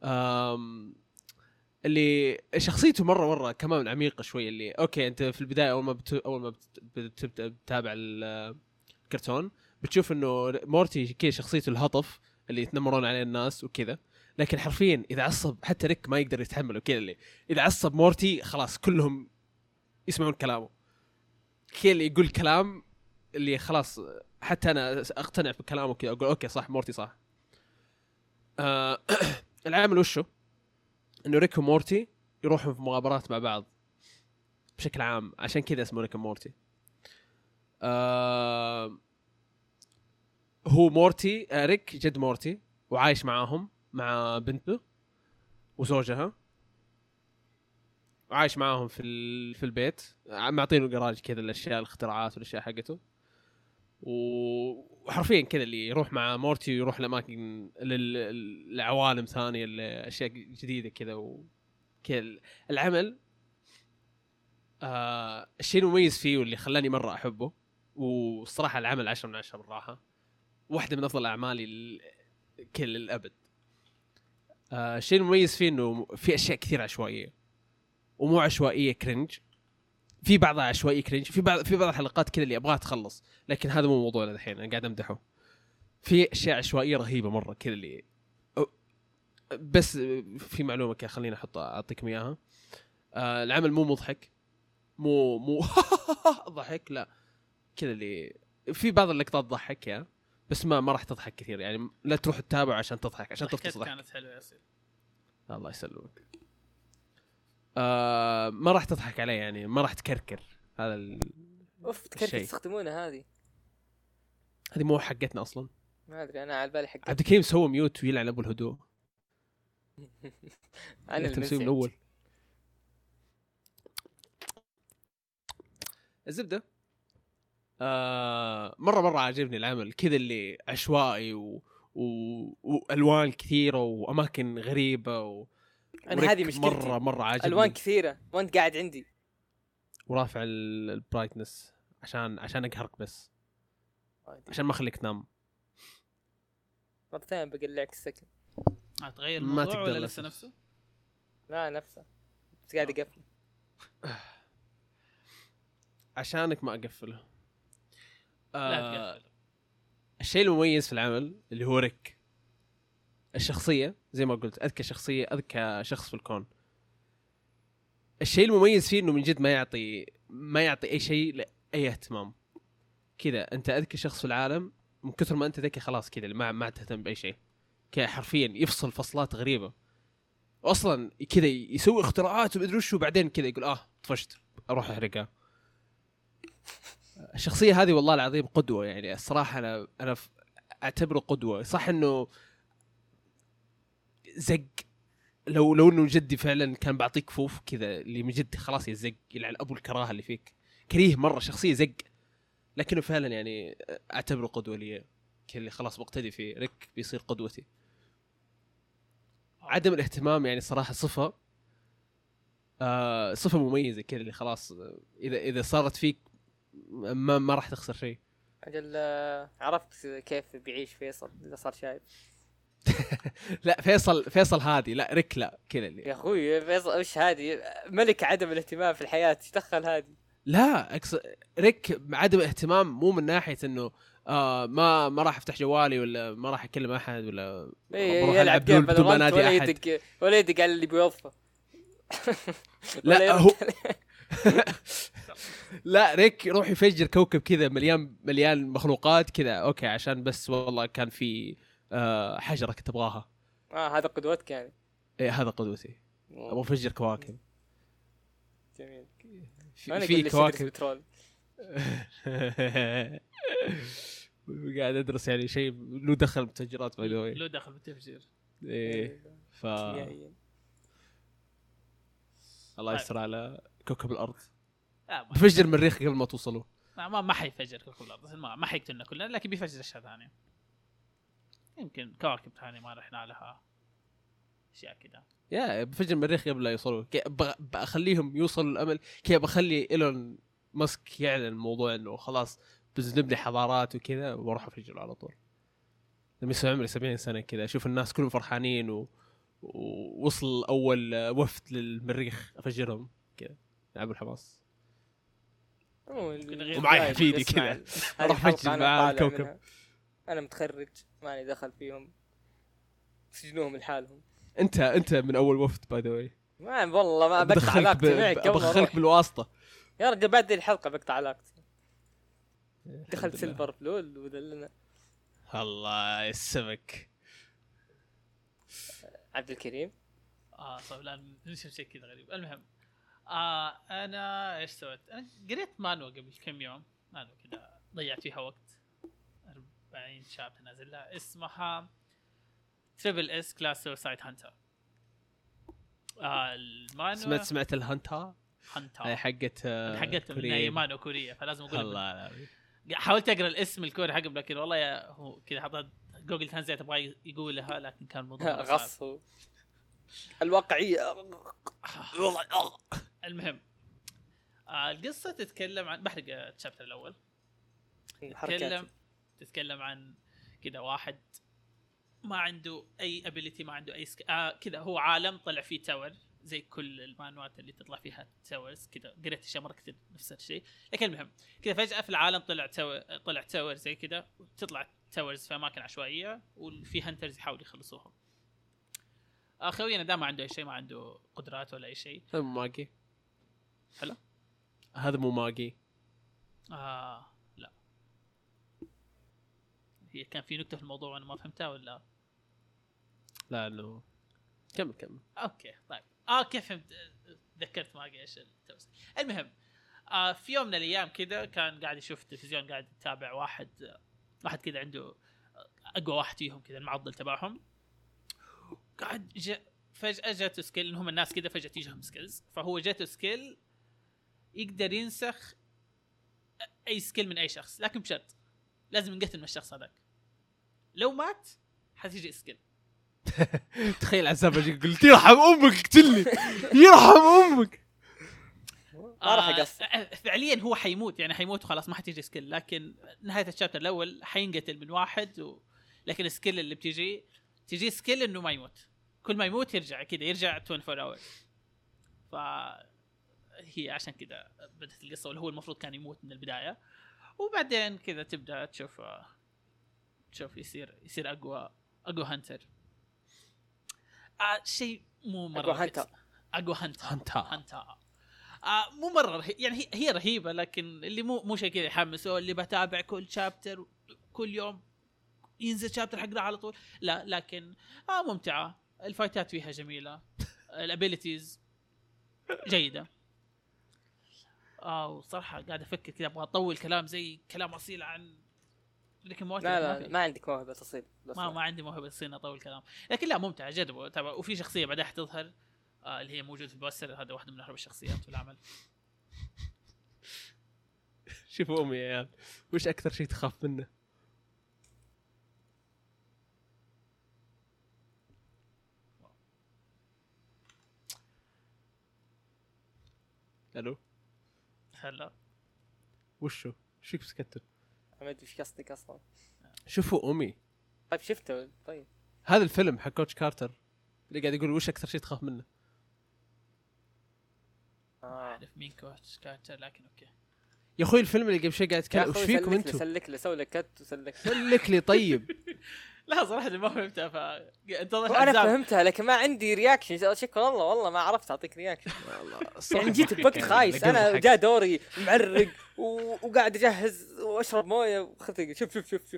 اللي شخصيته مرة كمان عميقة شوية. اللي أوكي أنت في البداية أول ما بتبدأ تتابع الكرتون بتشوف إنه مورتي كذا شخصيته الهطف اللي يتنمرون عليه الناس وكذا. لكن حرفيا إذا عصب حتى ريك ما يقدر يتحمله كذا. اللي إذا عصب مورتي خلاص كلهم يسمعون كلامه كذا. اللي يقول كلام اللي خلاص حتى أنا أقتنع بكلامه كذا أقول أوكي صح مورتي صح. العامل وشه إنه ريك ومورتي يروحون في مغامرات مع بعض بشكل عام عشان كذا اسمه ريك ومورتي. هو مورتي ريك جد مورتي وعايش معاهم مع بنته وزوجها وعايش معاهم في البيت. معطينه جراج كذا الاشياء الاختراعات والاشياء حقته. وحرفيا كذا اللي يروح مع مورتي ويروح لأماكن لعوالم ثانية لأشياء جديدة كذا وكذا. العمل الشيء المميز فيه واللي خلاني مرة أحبه والصراحة العمل 10 من 10 بالراحة. واحدة من أفضل أعمالي كل الأبد. الشيء المميز فيه إنه في أشياء كثير عشوائية ومو عشوائية كرنج. في بعضها عشوائي كرنج. في بعض الحلقات كذا اللي ابغاها تخلص لكن هذا مو موضوعنا الحين. انا قاعد امدحه. في اشياء عشوائيه رهيبه مره كذا اللي بس في معلومه كذا خليني اعطيكم اياها. العمل مو مضحك مو ضحك لا كذا اللي في بعض اللقطات تضحك يا بس ما راح تضحك كثير يعني. لا تروح تتابع عشان تضحك عشان تفصل. كانت حلوه يا سيدي الله يسلمك. ما راح تضحك عليه يعني، ما راح تكركر. هذا اوف تكرر الشيء. تستخدمونها هذه؟ هذه مو حقتنا اصلا. ما ادري انا على بالي حق عبد الكريم سوى ميوت ويلعن ابو الهدوء. انا التمثيل من اول. الزبده مره عاجبني العمل كذا، اللي عشوائي والوان كثيره واماكن غريبه انا هذه مشكلتي، مره عاجبني. الوان كثيره وانت قاعد عندي ورافع البرايتنس عشان اقهرك، بس عشان ما اخليك تنام. مرتين بقلعك السكن. تغير ما الموضوع تقدر ولا لسه. لسه نفسه؟ لا نفسه، بس قاعد اقفل عشانك ما اقفله. لا تقفل. الشيء المميز في العمل اللي هو ريك، الشخصيه زي ما قلت اذكى شخصيه، اذكى شخص في الكون. الشيء المميز فيه انه من جد ما يعطي اي شيء لاي اهتمام. كذا انت اذكى شخص في العالم، من كثر ما انت ذكي خلاص كذا ما تهتم باي شيء. كذا حرفيا يفصل فصلات غريبه، اصلا كذا يسوي اختراعات ومدري وش، وبعدين كذا يقول طفشت اروح احرقها. الشخصيه هذه والله العظيم قدوه يعني. الصراحه انا اعتبره قدوه. صح انه زق، لو انه جدي فعلا كان بعطيك كفوف كذا اللي من جد خلاص يزق يلعن ابو الكراهه اللي فيك، كريه مره شخصيه زق، لكنه فعلا يعني اعتبره قدوه لي اللي خلاص بقتدي فيه. ريك بيصير قدوتي. عدم الاهتمام يعني صراحه صفه مميزه كذا، اللي خلاص اذا صارت فيك ما راح تخسر شيء. اجل عرفت كيف بيعيش فيصل اذا صار شايب. لا فيصل هادي، لا ريك لا كذا اللي يا اخوي فيصل ايش هادي؟ ملك عدم الاهتمام في الحياه، ايش دخل هادي؟ لا ريك عدم اهتمام مو من ناحيه انه ما راح افتح جوالي ولا ما راح اكلم احد ولا بروح يلعب جيم بدون ما انادي احد ولا يدق على اللي بيوظفه. لا هو لا ريك يروح يفجر كوكب كذا مليان مخلوقات كذا، اوكي عشان بس والله كان في حجره كنت ابغاها. هذا قدوتك يعني؟ ايه هذا قدوتي، ابغى افجر كواكب. جميل. في كواكب قاعد ادرس يعني شيء له دخل بالتفجيرات باي له دخل بالتفجير. ايه الله يستر على كوكب الارض. بفجر المريخ قبل ما توصلوا. ما حيفجر كوكب الارض، ما حيقتلنا كلنا، لكن بيفجر اشياء ثانيه. يمكن كواكب ثانيه ما رحنا لها، اشياء كذا. بفجر المريخ قبل لا يوصلوا. بخليهم يوصلوا الامل، كيف بخلي إيلون ماسك يعلن الموضوع انه خلاص بس نبني حضارات وكذا، واروح افجر على طول. لما يصير عمري 70 سنه كذا اشوف الناس كلهم فرحانين ووصل اول وفد للمريخ افجرهم كذا يلعبوا الحماس ومعي حفيدي كذا اروح افجر مع الكوكب. انا متخرج ماني دخل فيهم، سجنوهم لحالهم. انت من اول وفد باي ذا واي. ما والله ما بقطع علاقتي معك قبل بدخلك بالواسطه يا رجل. بعد الحلقه بقطع علاقتي. دخلت سيلفر بلول وذلنا. الله السمك. عبد الكريم صار الان نشوف شيء كذا غريب. المهم انا ايش سويت؟ انا قريت مانو قبل كم يوم، مانو كذا ضيعت فيها وقت. 40 شابتر نازل لها، اسمها تريبل اس كلاس سوسايد هانتر. المانو سمعت الهانتا هاي حقت هي مانو كورية، فلازم اقول الله. حاولت اقرا الاسم الكوري حقه، لكن والله هو كذا حطيت جوجل ترانزليت ابغى يقولها، لكن كان الموضوع غص الواقعيه. المهم القصه تتكلم عن، بحرق الشابتر الاول. تتكلم عن كذا واحد ما عنده اي ابيليتي، ما عنده اي كذا. هو عالم طلع فيه تاور زي كل المانوات اللي تطلع فيها تاورز كذا. قريت اشياء مره كثير نفس الشيء، لكن المهم كذا فجاه في العالم طلع تاور زي كذا، وتطلع تاورز في اماكن عشوائيه، وفي هانترز يحاولوا يخلصوهم. خوينا ده ما عنده اي شيء، ما عنده قدرات ولا اي شيء. هذا مو ماجي. هلا هذا مو ماجي. لا، هي كان في نكته في الموضوع وانا ما فهمتها ولا لا انه كمل اوكي طيب. كيف فهمت ذكرت ما ايش التوصيل. المهم في يوم من الايام كذا كان قاعد يشوف التلفزيون، قاعد يتابع واحد كذا عنده اقوى واحد فيهم كذا المعضل تبعهم، قاعد فجأة جاته سكيل، إنهم الناس كذا فجأة تيجيهم سكيلز، فهو جاته سكيل يقدر ينسخ أي سكيل من أي شخص، لكن بشرط لازم ينقتل من الشخص هذاك، لو مات حتيجي سكيل. تخيل عزام اجي قلت يرحم امك اقتلني يرحم امك. ما راح اقصر. فعليا هو حيموت، يعني حيموت وخلاص ما حتيجي سكيل، لكن نهاية الشابتر الأول حينقتل من واحد لكن السكيل اللي تيجي سكيل إنه ما يموت، كل ما يموت يرجع كذا، يرجع 24 hours. فهي عشان كذا بدأت القصة، واللي هو المفروض كان يموت من البداية، وبعدين كذا تبدأ تشوف يصير أقوى هانتر. شيء مو مرة أقوى هانتر. مو مرة يعني هي رهيبة، لكن اللي مو شيء كذا يحمسه، اللي بتابع كل شابتر كل يوم ينزل شابتر حقنا على طول، لا، لكن ممتعة، الفايتات فيها جميلة، الابيليتيز جيدة. وصراحة قاعد أفكر كذا أبغى أطول كلام زي كلام أصيل عن لكن لا ما عندك موهبة تصيل. ما عندي موهبة تصيل أطول كلام، لكن لا ممتع جربوا تابع. وفي شخصية بعدها حتظهر اللي هي موجودة في البوستر، هذا واحدة من أحب الشخصيات في العمل. شوفوا أمي يا عيال، وش أكثر شيء تخاف منه؟ الو هلا وشو شيك سكتت؟ ما ادري ايش قصدك اصلا. شوفوا امي. طيب شفته. طيب هذا الفيلم حق كوتش كارتر اللي قاعد يقول وش اكثر شيء تخاف منه. اعرف مين كوتش كارتر، لكن اوكي يا اخوي الفيلم اللي قبل شيء قاعد يتكلم. وش فيكم انتم؟ سلك لي سوي لك كت وسلك سلك لي. طيب لا صراحه ما فهمتها انا فهمتها لكن ما عندي رياكشن. شكرا والله ما عرفت اعطيك رياكشن والله. يعني جيت بوقت خايس، انا جاء دوري معرق وقاعد اجهز واشرب مويه وخذ شوف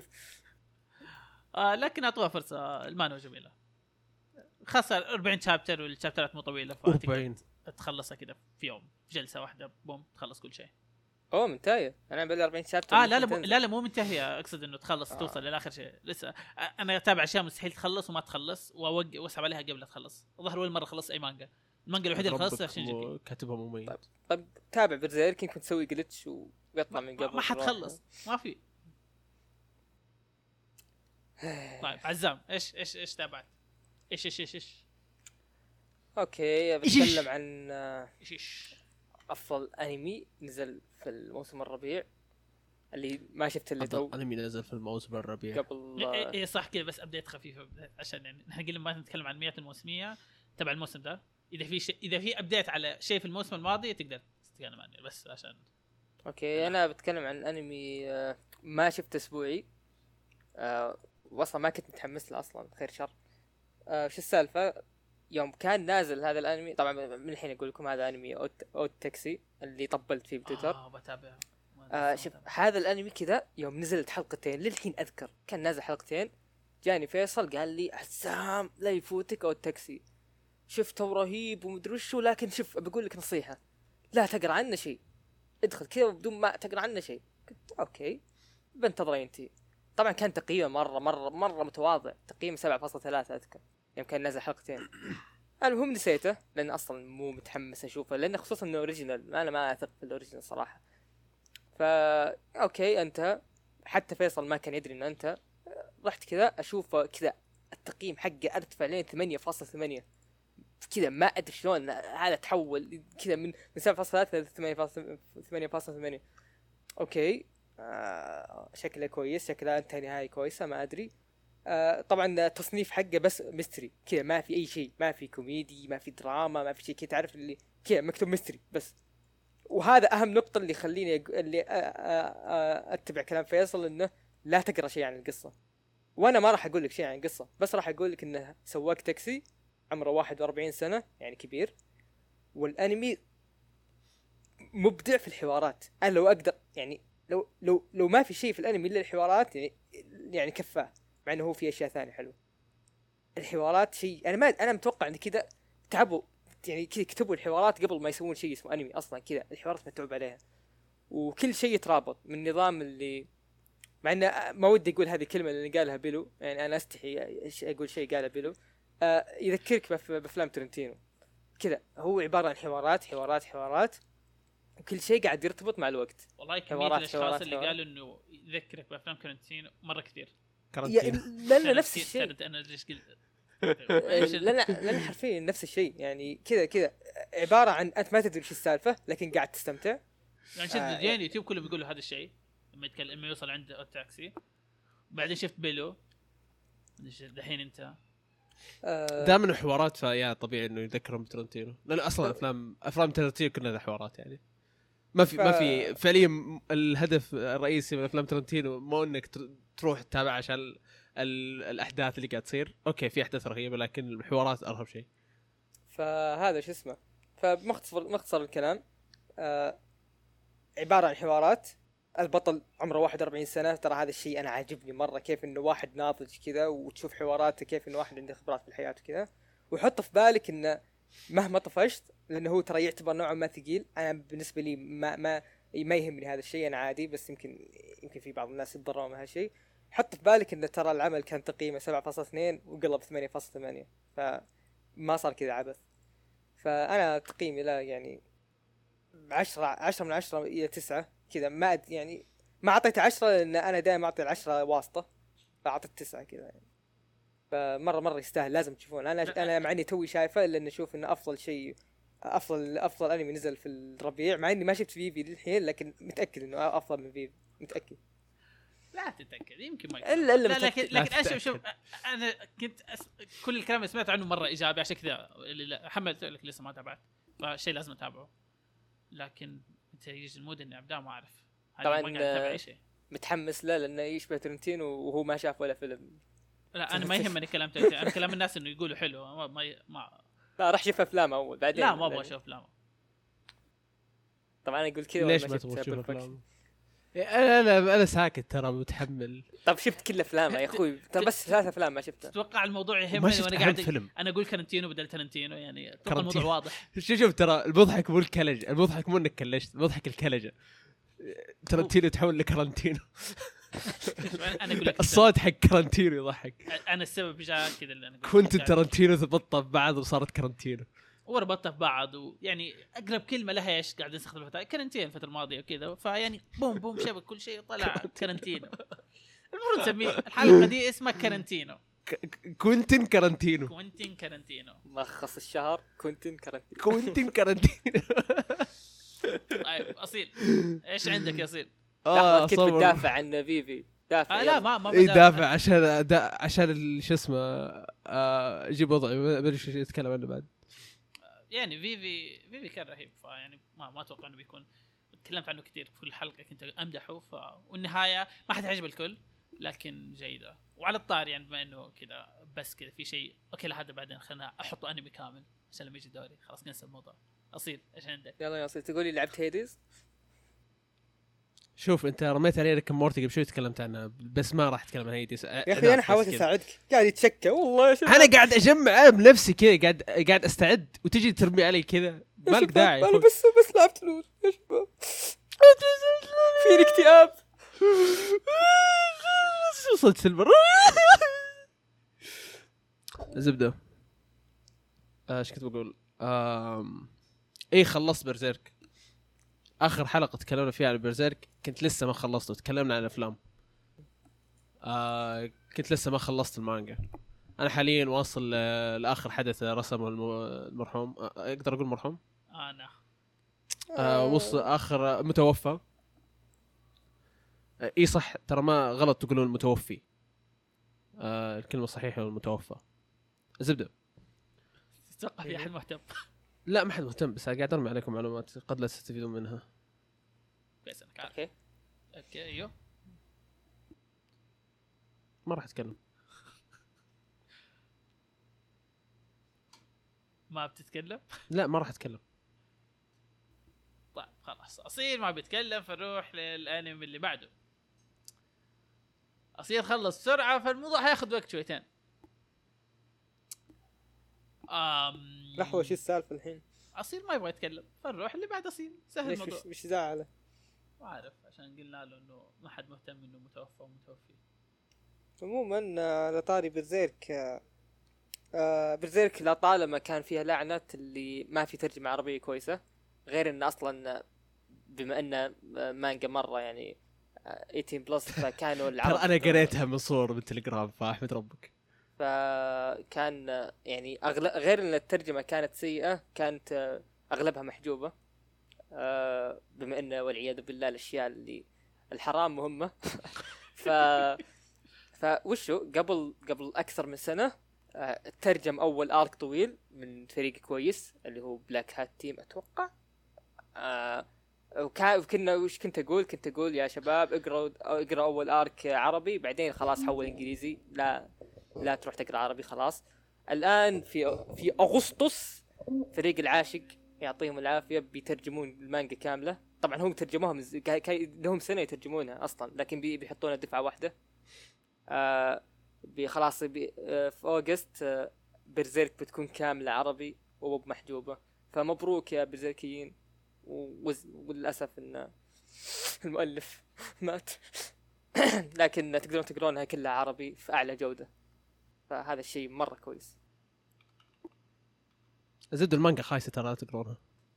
لكن اعطوها فرصه، المانو جميله، خاصه 40 شابتر والشابترات مو طويله، 40 تخلصها كده في يوم جلسه واحده بوم تخلص كل شيء. منتهيه. انا بقى 40 شابتر. لا مو منتهيه، اقصد انه تخلص توصل للاخر شيء. لسه انا اتابع اشياء مستحيل تخلص وما تخلص واسحب عليها قبل لا تخلص. الظاهر اول مره خلص اي مانجا، المانجا الوحيده اللي خلصتها شينجي كاتبها مميز. طيب تابع برزيرك يمكن تسوي جلتش ويطلع من قبل. ما حتخلص ما في. طيب عزام ايش تابعت؟ ايش اوكي بتكلم عن ايش افضل انمي نزل في الموسم الربيع اللي ما شفت اللي تو انمي نزل في الموسم الربيع قبل. ايه صح كذا، بس ابديت خفيفه عشان يعني نحن قلنا ما نتكلم عن الميات الموسميه تبع الموسم ده. اذا في ابديت على شيء في الموسم الماضي تقدر تتكلم عنه، بس عشان اوكي انا بتكلم عن انمي ما شفت اسبوعي واصلا ما كنت متحمس له اصلا. خير شر. شو السالفه؟ يوم كان نازل هذا الانمي، طبعا من الحين اقول لكم هذا انمي اوت تاكسي اللي طبلت فيه بتويتر. بتابع. شوف هذا الانمي كذا يوم نزلت حلقتين للحين اذكر كان نازل حلقتين، جاني فيصل قال لي حسام لا يفوتك اوت تاكسي، شفته رهيب ومدري وشو، لكن شوف بقول لك نصيحه لا تقرا عنه شيء، ادخل كذا بدون ما تقرا عنه شيء. قلت اوكي بنتظر انتي. طبعا كان تقييمه مره متواضع، تقييم 7.3 اذكر يوم كان نازل حلقتين. المهم نسيته لان اصلا مو متحمس اشوفه، لان خصوصا انه اوريجينال انا ما اثق في الاوريجينال صراحه. فا اوكي انت حتى فيصل ما كان يدري انه انت رحت كذا اشوفه كذا التقييم حقه ارتفع لين 8.8 كذا. ما ادري شلون هذا تحول كذا من 7.3 ل 8.8. اوكي شكله كويس، شكله انتهى نهاية كويسة ما ادري. طبعا التصنيف حقه بس ميستري كذا، ما في اي شيء، ما في كوميدي، ما في دراما، ما في شيء كذا تعرف اللي كذا مكتوب ميستري بس. وهذا اهم نقطة اللي خليني اللي اتبع كلام فيصل انه لا تقرا شيء عن القصة. وانا ما راح اقول لك شيء عن القصة، بس راح اقول لك انه سواق تاكسي عمره 41 سنة يعني كبير، والانمي مبدع في الحوارات. انا لو اقدر يعني لو ما في شيء في الانمي الا الحوارات يعني كفاه، مع انه هو في اشياء ثانيه حلوه. الحوارات شيء انا متوقع ان كذا تعبوا يعني كذا يكتبوا الحوارات قبل ما يسوون شيء اسمه انمي اصلا. كذا الحوارات متعوب عليها وكل شيء يترابط من النظام اللي مع انه ما ودي اقول هذه الكلمه اللي قالها بيلو، يعني انا استحي اقول شيء قاله بيلو. يذكرك بافلام ترنتينو كذا، هو عباره عن حوارات وكل شيء قاعد يرتبط مع الوقت. والله كمية الاشخاص اللي قالوا انه يذكرك بافلام ترنتينو مره كثير. لا نفس الشيء. انا ليش قلت لا حرفيا نفس الشيء، يعني كذا عباره عن انت ما تدري ايش السالفه لكن قاعد تستمتع. يعني شفت فيديوهين يوتيوب كله بيقولوا هذا الشيء لما يتكلم لما يوصل عند التاكسي. بعدين شفت بيلو الحين انت دائما الحوارات فيا طبيعي انه يذكرهم بترنتينو، لان اصلا افلام ترنتينو كلها حوارات يعني ما في فعليا. الهدف الرئيسي من افلام ترنتينو مو انك تروح تتابع عشان الاحداث اللي قاعد تصير. اوكي في احداث رهيبه لكن الحوارات ارهب شيء. فهذا شو اسمه. فمختصر الكلام عباره عن حوارات. البطل عمره 41 سنه، ترى هذا الشيء انا عاجبني مره، كيف انه واحد ناضج كذا وتشوف حواراته كيف انه واحد عنده خبرات في الحياه وكذا. وحط في بالك انه مهما طفشت، لانه هو ترى يعتبر نوعا ما ثقيل. انا بالنسبه لي ما يهمني هذا الشيء، انا عادي، بس يمكن في بعض الناس يتضرروا من هالشيء. حط في بالك انه ترى العمل كان تقييمه 7.2 وقلب 8.8، فما صار كذا عبث. فانا تقييمي لا يعني 10 من 10 الى 9 كذا. ما يعني ما اعطيت 10 لان انا دائما اعطي 10 واسطه، فاعطيت 9 كذا يعني. فمره يستاهل، لازم تشوفون. انا مع اني توي شايفه الا اني اشوف انه افضل شيء، افضل انمي نزل في الربيع، مع اني ما شفت فيفي للحين لكن متاكد انه افضل من فيفي، متاكد. لا تتاكد يمكن ما يكون. الا لا لكن شوف انا كنت كل الكلام اللي سمعت عنه مره ايجابي، عشان كذا حملت لك لسه ما تابعت، فشيء لازم اتابعه. لكن انت يجي المود اني ابدا ما اعرف طبعا متحمس له لانه يشبه ترنتينو وهو ما شاف ولا فيلم. لا انا ما يهمني كلام ترنتينو، انا كلام الناس انه يقولوا حلو. ما لا راح اشوف افلامه اول بعدين. لا ما ابغى اشوف افلامه. طبعا انا اقول كذا ليش ما تبغى تشوف افلامه؟ انا ساكت ترى متحمل. طب شفت كل افلامه يا اخوي؟ ترى بس 3 افلام ما شفتها. تتوقع الموضوع يهمني وانا قاعد انا اقول كارنتينو بدل ترنتينو؟ يعني اتوقع الموضوع واضح. شوف ترى المضحك مو الكلج، المضحك مو انك كلجت، المضحك الكلجه. ترنتينو تحول لكارنتينو. انا اقول لك الصوت حق كارنتينو يضحك. انا السبب جاء كذا اللي انا كنت ترنتينو ثبطت ببعض وصارت كارنتينو وربطها في بعض. ويعني اقرب كلمه لها ايش قاعد نستخدمها كارنتين الفتره الماضيه وكذا، فيعني بوم شبك كل شيء طلع كارنتينو. المفروض نسميه الحلقه دي اسمها كارنتينو. كوينتين كارنتينو. ملخص الشهر كوينتين كارنتينو. طيب اصيل ايش عندك يا اصيل؟ كنت بتدافع عن فيفي. دافع لا ما بدافع عشان شو اسمه جيب وضعي ما ادري ايش يتكلم عنه بعد. يعني فيفي كان رهيب، فيعني ما اتوقع انه بيكون تكلمت عنه كثير في كل حلقه كنت امدحه. والنهايه ما حد عجب الكل لكن جيده. وعلى الطار يعني بما انه كذا بس كذا في شيء اوكي لهذا بعدين خلنا احطه انمي كامل عشان لما يجي الدوري خلاص ننسى الموضوع. اصيل ايش عندك؟ يلا يا اصيل تقولي لعبت هيديز؟ شوف انت رميت علي ريك مورتي قبل شوي تكلمت عنها بس ما راح اتكلم عن هيديز. يا اخي انا حاولت اساعدك قاعد يتشكى والله. انا قاعد اجمع بنفسي كذا قاعد استعد وتجي ترمي علي كذا مالك داعي. انا بس لعبت لول يا شباب فيني اكتئاب. وصلت سيلفر. زبده ايش كنت بقول؟ ايه خلصت برزيرك. اخر حلقه تكلمنا فيها عن برزيرك كنت لسه ما خلصته. تكلمنا عن الافلام. كنت لسه ما خلصت المانجا. انا حاليا واصل لاخر حدث رسمه المرحوم. اقدر اقول مرحوم؟ انا وصل اخر متوفى. اي صح ترى ما غلط تقولون المتوفي. الكلمه صحيحه المتوفى. زبده. تتوقع في احد مهتم؟ لا ما حد مهتم بس قاعد ارمي عليكم معلومات قد لا تستفيدون منها. كويس انك عارف. اوكي ايوه ما راح اتكلم. ما بتتكلم؟ لا ما راح اتكلم. طيب خلاص اصيل ما بيتكلم فنروح للانمي اللي بعده. اصيل خلص بسرعه فالموضوع هياخذ وقت شويتين. لحظه وش السالفه الحين؟ اصيل ما يبغى يتكلم، فنروح اللي بعد اصيل، سهل ليش الموضوع. وش زعله؟ ما اعرف، عشان قلنا له انه ما حد مهتم انه متوفى ومتوفي. عموما على طاري برزيرك، برزيرك لطالما كان فيها لعنة اللي ما في ترجمة عربية كويسة، غير ان اصلا بما ان مانجا مرة يعني 18 بلس، فكانوا العرب ترى انا قريتها من صور بالتليجرام فاحمد ربك. فكان يعني غير ان الترجمة كانت سيئة، كانت اغلبها محجوبة، بما ان والعياذ بالله الاشياء اللي الحرام مهمة. ف فوشو قبل اكثر من سنة ترجم اول ارك طويل من فريق كويس اللي هو بلاك هات تيم اتوقع. وكنا وش كنت اقول يا شباب اقرأوا اول ارك عربي، بعدين خلاص حول انجليزي، لا تروح تقرا عربي خلاص. الان في اغسطس فريق العاشق يعطيهم العافيه بيترجمون المانجا كامله. طبعا هم ترجموها لهم سنه يترجمونها اصلا، لكن بيحطونها دفعه واحده. خلاص في اوغست برزيرك بتكون كامله عربي ومحجوبه، فمبروك يا برزيركيين. وللاسف ان المؤلف مات. لكن تقدرون تقرونها كلها عربي في اعلى جوده، فهذا الشيء مره كويس. زد المانجا خايسه ترى لا تقرونها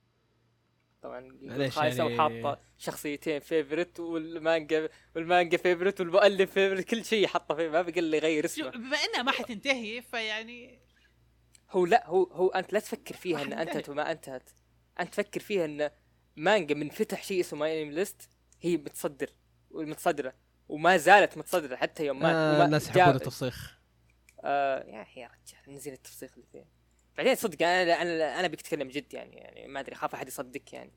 طبعا خايسه يعني... وحاطه شخصيتين فيفورت، والمانجا فيفورت، والمؤلف فيفورت، كل شيء حطه فيه، ما بقى اللي يغير اسمه. بما انها ما حتنتهي فيعني هو انت لا تفكر فيها ان انتهت وما انتهت. انت تفكر فيها ان مانجا من فتح شيء اسمه ماي نيم ليست هي متصدره وما زالت متصدره حتى يوم ما الناس يحبون التفسيخ. يا رجال نزل التفسيخ اللي فيه. بعدين صدق انا بتكلم جد يعني ما ادري، خاف احد يصدق يعني.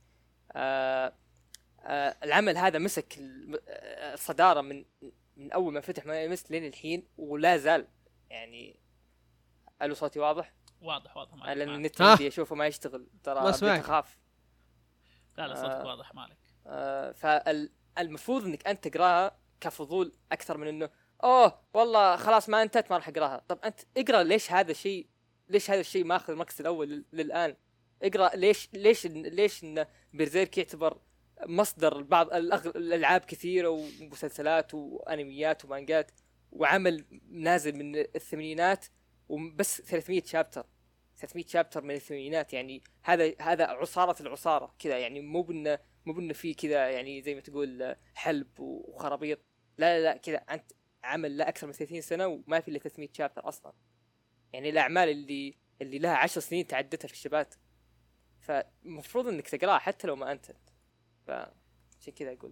العمل هذا مسك الصداره من اول ما فتح ماي نيم ليست لين الحين، ولا زال يعني. الو صوتي واضح ما لان النت عندي اشوفه ما يشتغل ترى، بتخاف. لا صوتك واضح مالك. فالمفروض انك انت تقراها كفضول اكثر من انه والله خلاص ما انتهت ما راح اقراها. طب انت اقرا ليش هذا الشيء ماخذ المركز الاول للان. اقرا ليش ان برزيرك يعتبر مصدر بعض الالعاب كثيره ومسلسلات وانميات ومانجات، وعمل نازل من الثمانينات وبس 300 شابتر من الثمانينات. يعني هذا عصارة العصارة كذا، يعني مو بأنه في كذا يعني زي ما تقول حلب وخرابيط. لا كذا أنت عمل لا أكثر من 30 سنة وما في إلا 300 شابتر أصلا. يعني الأعمال اللي لها 10 سنين تعدتها في الشبات، فمفروض إنك تقرأها حتى لو ما أنت. فشي كذا أقول.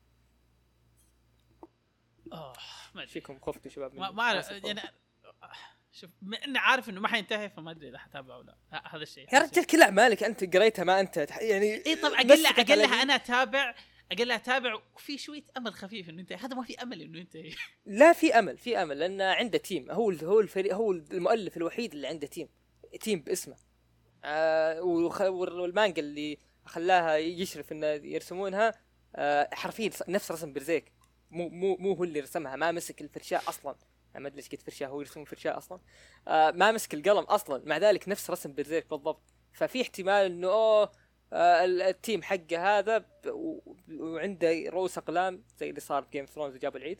ما فيكم خفتوا شباب؟ ما أعرف يعني. شوف اني عارف انه ما حينتهي، فما ادري اذا حتابعه ولا لا. هذا الشيء يا رجال كل اعمالك انت قريتها ما انت يعني. اي طب اقلها انا اتابع وفي شويه امل خفيف انه انت هذا ما في امل انه انت. لا في امل لان عنده تيم. هو الفريق، هو المؤلف الوحيد اللي عنده تيم باسمه. والمانجا اللي خلاها يشرف انه يرسمونها حرفيا نفس رسم برزيك. مو هو اللي رسمها، ما مسك الفرشاة اصلا. ما ادري ايش قلت فرشاه، هو يرسم فرشاه اصلا. ما مسك القلم اصلا، مع ذلك نفس رسم برزيرك بالضبط. ففي احتمال انه التيم حقه هذا وعنده رؤوس اقلام زي اللي صار بجيم ثرونز وجاب العيد.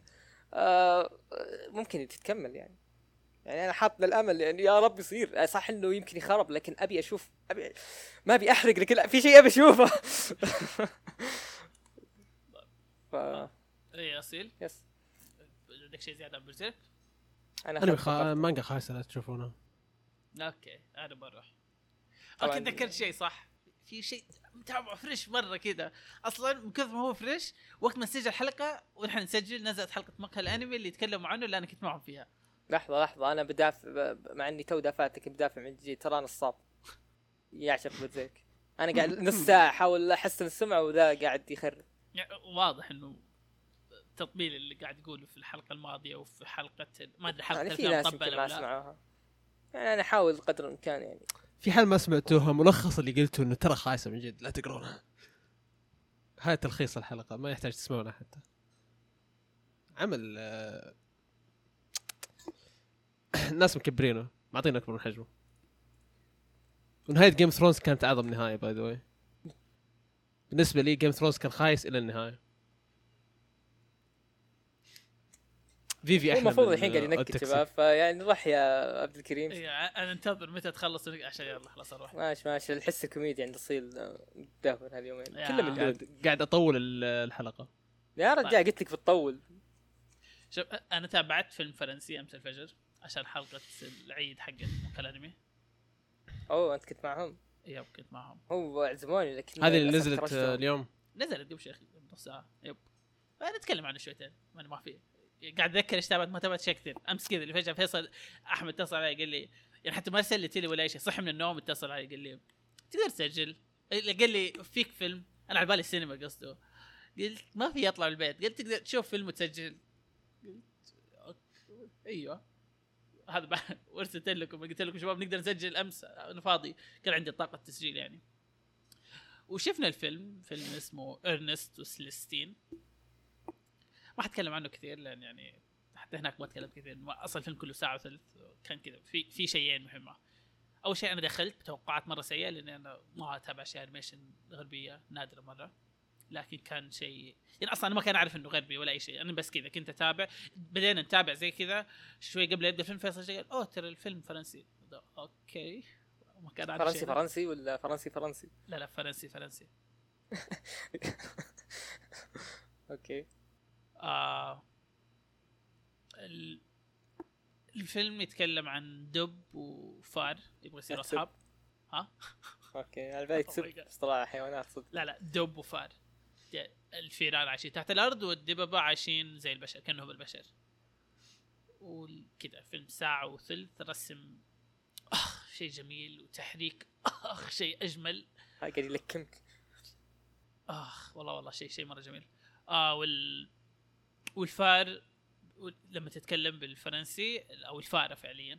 ممكن تتكمل يعني انا حاط للامل يعني يا رب يصير صح. انه يمكن يخرب، لكن ابي اشوف. ما ابي احرق لك، في شيء ابي اشوفه. اي اصيل يس. بدك شيء زياده عن برزيرك؟ انا مانجا خايسه لا تشوفونها. اوكي انا بروح. اوكي ذكرت شيء صح، في شيء متابع فريش مره كذا. اصلا من كثر ما هو فريش، وقت ما نسجل الحلقه ونحن نسجل نزلت حلقه مقهى الانمي اللي يتكلموا عنه اللي انا كنت معهم فيها. لحظه انا بدافع، مع اني تو دافعتك بدافع من جديد. ترى انا نصاب يعشق برزيرك. انا قاعد نص ساعه احاول احسن السمعه وذا قاعد يخرب. يعني واضح انه التطبيل اللي قاعد يقوله في الحلقه الماضيه وفي حلقه ما ادري حلقه يعني في ناس ما اسمعوها. يعني انا احاول قدر الامكان يعني. في حال ما سمعتوها ملخص اللي قلته انه ترى خايسه من جد لا تقرونها. هاي تلخيص الحلقه، ما يحتاج تسمعونها حتى. عمل الناس مكبرينه، معطينا اكبر من حجمه. ونهايه جيم ثرونز كانت اعظم نهايه باي ذا واي. بالنسبه لي جيم ثرونز كان خايس الى النهايه. فيفي احلى. المفروض الحين قاعد ينكت شباب، فيعني نروح يا عبد الكريم. انا انتظر متى تخلص عشان يلا خلاص اروح. ماشي الحس الكوميدي عند اصيل دافر هاليومين كله من دود. قاعد اطول الحلقه يا رجال قلت لك بتطول. شوف انا تابعت فيلم فرنسي امس الفجر عشان حلقه العيد حق الانمي. انت كنت معهم؟ يب كنت معهم. هو عزموني لكن هذه اللي نزلت اليوم. نزلت قبل شيء نص ساعه. يب نتكلم عنه شويتين ما في. قاعد اتذكر ايش تابعت، ما تابعت شيء كثير امس كذا اللي فجاه فيصل احمد اتصل علي قال لي يعني حتى ما سلت لي ولا شيء، صح من النوم اتصل علي قال لي تقدر تسجل، قال لي فيك فيلم، انا على بالي السينما قصده، قلت ما في اطلع من البيت، قلت تقدر تشوف فيلم وتسجل، قلت ايوه هذا ورثت لكم قلت لكم شباب نقدر نسجل امس انا فاضي، كان عندي طاقه تسجيل يعني. وشفنا الفيلم، فيلم اسمه ارنست وسلستين، ما حتكلم عنه كثير لان يعني حتى هناك ما اتكلم كثير، اصلا الفيلم كله ساعه وثلث. كان كذا في شيئين مهمه. اول شيء انا دخلت بتوقعات مره سيئه لاني انا ما اتابع شيء انيميشن غربيه نادره مره، لكن كان شيء يعني اصلا انا ما كان اعرف انه غربي ولا اي شيء، انا بس كذا كنت اتابع، بدينا نتابع زي كذا شوي قبل يبدا الفيلم. فيصل قال ترى الفيلم فرنسي. اوكي ما كان عارف فرنسي ولا فرنسي لا فرنسي اوكي. الفيلم يتكلم عن دب وفار يبغى يصيروا اصحاب. ها اوكي على بالي تسب اصطلاح حيوانات صدق. لا دب وفار، الفيران عايشين تحت الارض والدببة عايشين زي البشر كانهم البشر. وكذا فيلم ساعة وثلث، رسم شيء جميل وتحريك شيء اجمل. قاعد يلكمك والله شيء مره جميل. والفار لما تتكلم بالفرنسي او الفاره فعليا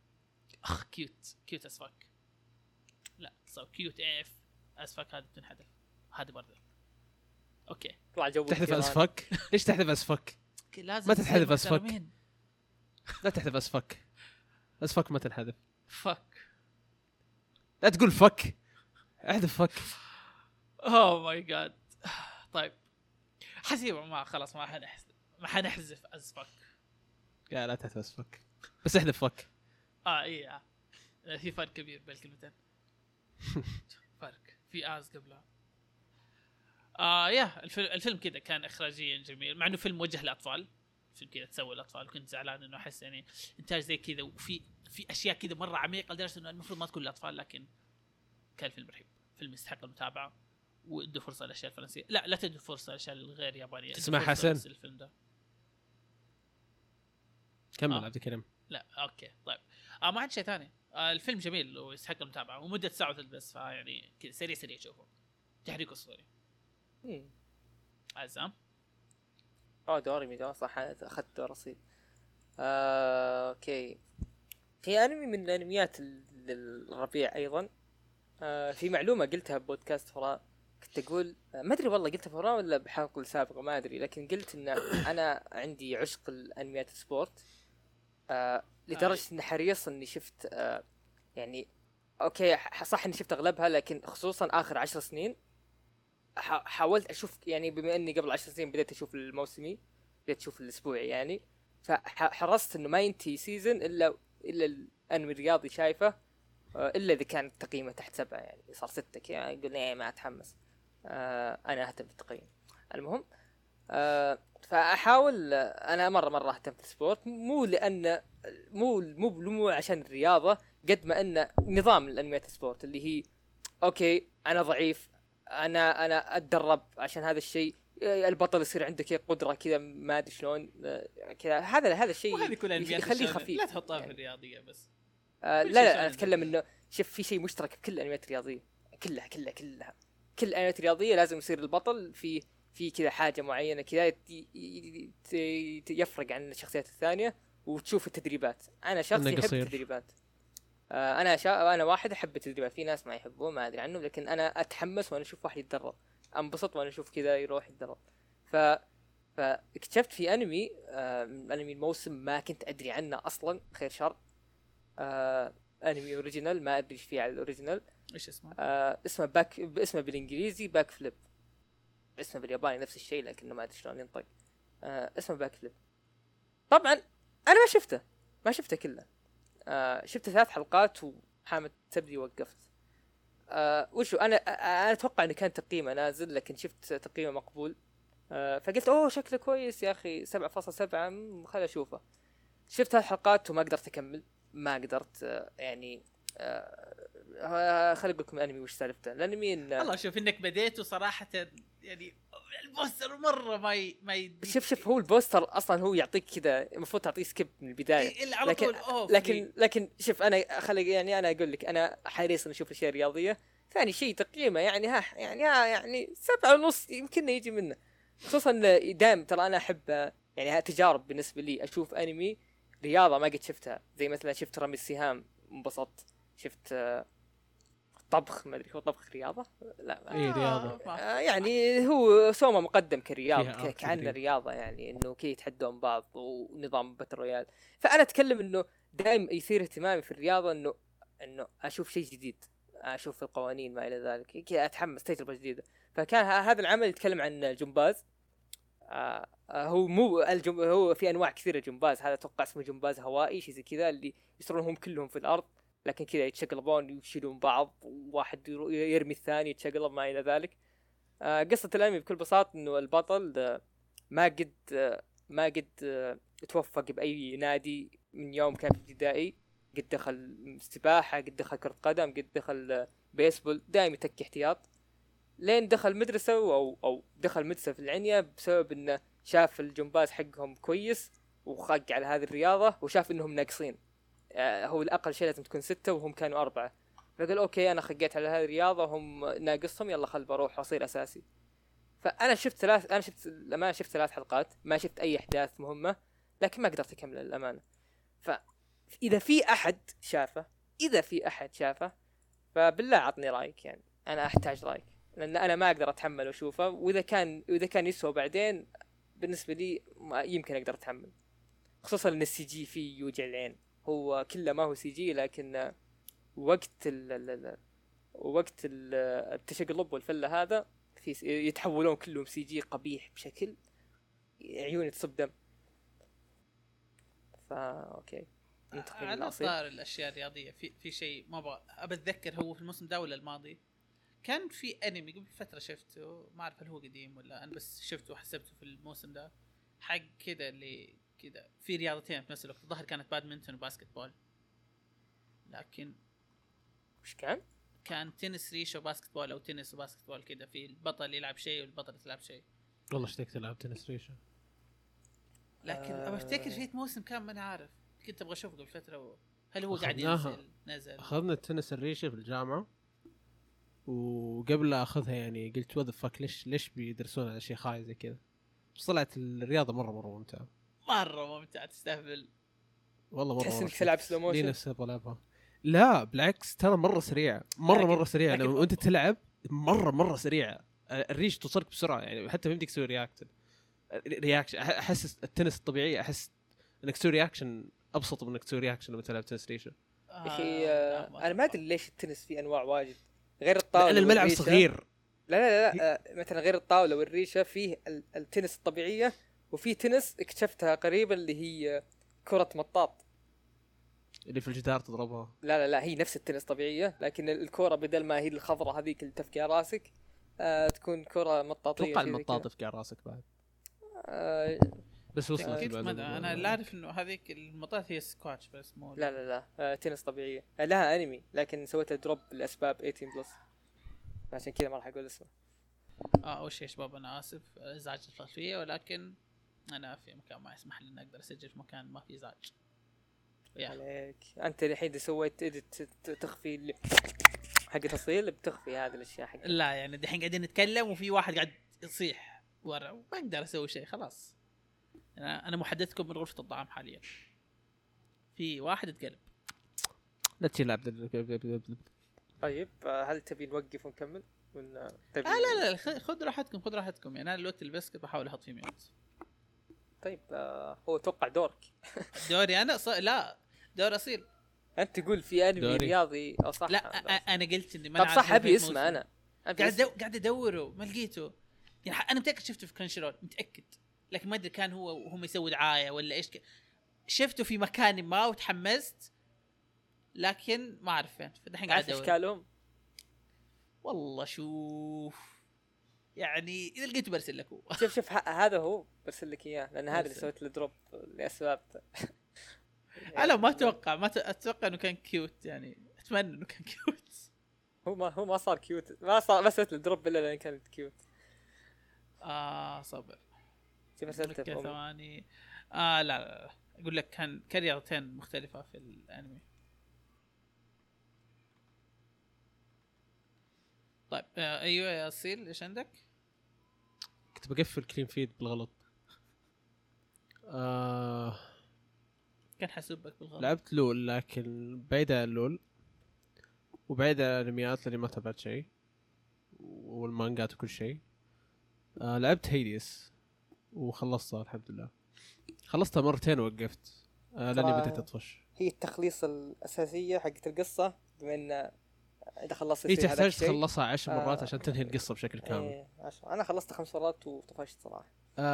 كيوت اسفك، لا صار كيوت اف اسفك، هذا بتنحذف هذا برضه. اوكي طلع جو تحذف اسفك. ليش تحذف اسفك؟ لازم ما تتحذف اسفك، لا تحذف اسفك ما تنحذف. فك لا تقول فك، احذف فك. اوه ماي جاد. طيب حسيب ما خلاص ما حنحذف اسفك. لا تحذف اسفك بس احذف فك. ايه في فرق كبير بين الكلمتين. فرق في قبلها. الفيلم كذا كان اخراجيا جميل، مع انه فيلم موجه للاطفال، فيلم كذا تسوي للاطفال. كنت زعلان انه احس يعني انتاج زي كذا وفي اشياء كذا مره عميقه لدرجه انه المفروض ما تكون للاطفال، لكن كان فيلم رهيب، فيلم يستحق المتابعه. وادوا فرصه للاشياء الفرنسيه، لا تدوا فرصه للاشياء الغير يابانيه. تسمع حسن الفيلم ده كمل عبد الكريم. لا اوكي طيب ما عندي شيء ثاني. الفيلم جميل ويستحق المتابعه ومده ساعه وثلث بس، فيعني كذا سريع شوفه، تحريك اسطوري. عزام دوري ميدان صح، اخذت دور رصيد. اوكي في انمي من الانميات الربيع ايضا. في معلومه قلتها ببودكاست فراء، كنت اقول ما ادري والله قلتها فراء ولا بحلقه السابقه ما ادري، لكن قلت ان انا عندي عشق الانميات السبورت لدرجه اني حريص اني شفت يعني اوكي صح اني شفت اغلبها، لكن خصوصا اخر 10 سنين حاولت اشوف، يعني بما اني قبل 10 سنين بديت اشوف الموسمي، بديت اشوف الاسبوعي يعني، فحرصت انه ما ينتهي سيزن الا الانمي الرياضي شايفه، الا اذا كان تقييمه تحت 7 يعني صار 6 كذا يقول لي ما اتحمس. انا اهتم بالتقييم. المهم فاحاول انا مره اهتم في السبورت، مو لان مو عشان الرياضه قد ما ان نظام الانميات السبورت اللي هي اوكي انا ضعيف، انا اتدرب عشان هذا الشيء، البطل يصير عنده كذا قدره كذا ما ادري شلون كذا، هذا الشيء يخليه خفيف. لا تحطها يعني في الرياضيه بس. لا انا اتكلم انه شوف في شيء مشترك في كل الانميات الرياضيه كلها كل الانميات الرياضيه لازم يصير البطل في كذا حاجه معينه كذا يفرق عن الشخصيات الثانيه، وتشوف التدريبات. انا شخص يحب التدريبات، انا واحد احب التدريبات، في ناس ما يحبوه ما ادري عنه، لكن انا اتحمس وانا اشوف واحد يتدرب، انبسط وانا اشوف كذا يروح يتدرب. فاكتشفت في انمي انمي الموسم ما كنت ادري عنه اصلا، خير شر، انمي اوريجينال ما ادري ايش فيه على الاوريجينال، ايش اسمه؟ اسمه اسمه بالانجليزي باك فليب، اسمه بالياباني نفس الشيء لكنه ما ادري شلون ينطق. اسمه باك فليب. طبعا انا ما شفته كله. شفت 3 حلقات وحامد تبدي وقفت. وشو انا اتوقع انه كان تقييمه نازل، لكن شفت تقييمه مقبول. فقلت اوه شكله كويس يا اخي 7.7 خليني اشوفه. شفت 3 حلقات وما قدرت اكمل، ما قدرت يعني. خلي اقول لكم الانمي وش سالفته. الانمي والله شوف انك بديته صراحه يعني البوستر مره ما شوف هو البوستر اصلا هو يعطيك كذا، المفروض تعطيه سكيب من البدايه. لكن شوف انا خلي يعني انا اقول لك انا حريص اشوف اشياء رياضيه. ثاني شيء تقييمه يعني يعني 7.5 يمكن يجي منه، خصوصا دائم ترى انا احب يعني تجارب. بالنسبه لي اشوف انمي رياضه ما قد شفتها، زي مثلا شفت رمي السهام انبسطت، شفت طبخ ما ادري هو طبخ رياضه لا اي رياضه يعني هو سوما مقدم كرياضه كأنه كبير. رياضه، يعني انه كي يتحدون بعض ونظام باتل رويال. فانا اتكلم انه دائم يثير اهتمامي في الرياضه انه اشوف شيء جديد، اشوف القوانين ما الى ذلك، كي اتحمس تجربه جديده. فكان هذا العمل يتكلم عن جمباز. هو مو هو في انواع كثيره جمباز. هذا اتوقع اسمه جمباز هوائي شيء زي كذا، اللي يصيرون هم كلهم في الارض لكن كذا يتشقلبون ويشيلون بعض، وواحد يرمي الثاني يتشقلب ما الى ذلك. قصه الانمي بكل بساطه انه البطل ما قد توفق باي نادي من يوم كان في ابتدائي. قد دخل سباحه، قد دخل كره قدم، قد دخل بيسبول، دائما يتكي احتياط لين دخل مدرسه او دخل مدرسه في العنيا بسبب انه شاف الجمباز حقهم كويس وخق على هذه الرياضه وشاف انهم ناقصين. هو الأقل شيء لازم تكون 6 وهم كانوا 4. فقال أوكي أنا خقيت على هذه الرياضة وهم ناقصهم، يلا خل بروح وأصير أساسي. فأنا شفت 3 حلقات، ما شفت أي أحداث مهمة، لكن ما قدرت أكمل الأمانة. فإذا في أحد شافه فبالله عطني رأيك، يعني أنا أحتاج رأيك، لأن أنا ما أقدر أتحمل وأشوفه. وإذا كان يسوى بعدين بالنسبة لي يمكن أقدر أتحمل، خصوصا إن السي جي فيه يوجع العين. هو كله ما هو سي جي، لكن وقت التشقلب والفله هذا يتحولون كلهم سي جي قبيح بشكل عيوني تصب دم. اوكي على طار الاشياء الرياضيه في شيء ما ابغى اتذكر هو في الموسم ده ولا الماضي. كان في انمي قبل فتره شفته، ما اعرف هل هو قديم ولا انا بس شفته وحسبته في الموسم ده، حق كذا اللي كذا في رياضتين في نفس الوقت. الظاهر كانت بادمنتون وباسكت بول، لكن وش كان تنس ريشه وباسكت بول او تنس وباسكت بول كذا، في البطل يلعب شيء والبطل تلعب شيء. والله اشتقت تلعب تنس ريشه، لكن ابى افتكر في موسم كان ما انا عارف، كنت ابغى اشوفه قبل فتره. هل هو قاعد نزل اخذنا التنس الريشه في الجامعه، وقبل لا اخذها يعني قلت وذا فك ليش بيدرسون على شيء خايس زي كذا. بس طلعت الرياضه مره ممتعه تستهبل والله. تحس انك تلعب سلو موشن؟ لي نفسي بلعبها. لا بالعكس ترى مره سريعه، مره سريعه. لما انت تلعب مره سريعه، الريش توصلك بسرعه، يعني حتى ما يمديك تسوي رياكشن. احس التنس الطبيعي، احس انك تسوي رياكشن ابسط من انك تسوي رياكشن لما تلعب تنس ريشه. اخي انا ما ادري ليش التنس فيه انواع واجد غير الطاوله. لأن الملعب صغير. لا مثلا غير الطاوله والريشه فيه التنس الطبيعيه، وفي تنس اكتشفتها قريبا اللي هي كره مطاط اللي في الجدار تضربها. لا هي نفس التنس طبيعيه، لكن الكره بدل ما هي الخضراء هذيك اللي تفكي راسك تكون كره مطاطيه. توقع المطاط تفكي راسك بعد. بس وصلت انا لا اعرف انه هذيك المطاط هي سكواتش بس مو. لا تنس طبيعيه لها انمي، لكن سويتها دروب لاسباب 18 بلس، عشان كذا ما راح اقول اسمه. اول شيء شباب انا اسف ازعاج الخلفيه، ولكن انا في مكان ما يسمح لي ان اقدر اسجل في مكان ما فيه ازعاج. عليك انت الحين سويت تخفي حق تصوير، بتخفي هذه الاشياء حق. لا يعني الحين قاعدين نتكلم وفي واحد قاعد يصيح ورا وما اقدر اسوي شيء. خلاص انا محدثكم من غرفه الطعام حاليا، في واحد اتقلب. لا تلعب. طيب هل تبي نوقف ونكمل ولا تبي؟ لا خذ راحتكم. يعني انا الوقت البسكت بحاول احط فيه ميوت. طيب هو توقع دورك. دوري انا لا دور اصيل. انت تقول في انمي دوري. رياضي او صح؟ لا انا قلت اني ما طب أنا صح عارف ابي هذا اسمه الموسم. انا قاعد ادوره ما لقيته يعني. انا متاكد شفته في كرانشي رول متاكد، لكن ما ادري كان هو وهم يسوي دعايه ولا ايش شفته في مكان ما وتحمست، لكن ما اعرف فين. فدحين قاعد عارف ادور اشكالهم. والله. شوف يعني اذا لقيته برسل لك هو. شوف هذا هو برسل لك اياه، لان هذا اللي برسل. سويت له دروب لاسباب انا ما اتوقع اتوقع انه كان كيوت يعني. اتمنى انه كان كيوت. هو ما صار كيوت، ما سويت له دروب الا لان كان كيوت. صبر. شوف ارسلته في أمي. ثواني. لا اقول لك كان رياضتين مختلفه في الانمي. طيب ايوه يا اصيل ايش عندك؟ كنت بقفل كلين فيد بالغلط. كان حسبك بالغلط. لعبت لول، لكن بعيد عن لول وبعيد عن الانميات اللي ما تابعت شيء والمانجات وكل شيء. لعبت هيديس وخلصتها الحمد لله. خلصتها مرتين ووقفت لاني بديت اطفش. هي التخليص الاساسيه حقت القصه، بما ان اذا خلصت هي تحتاج تخلصها 10 مرات عشان تنهي القصه بشكل كامل. إيه 10. انا خلصت 5 مرات وطفشت صراحه.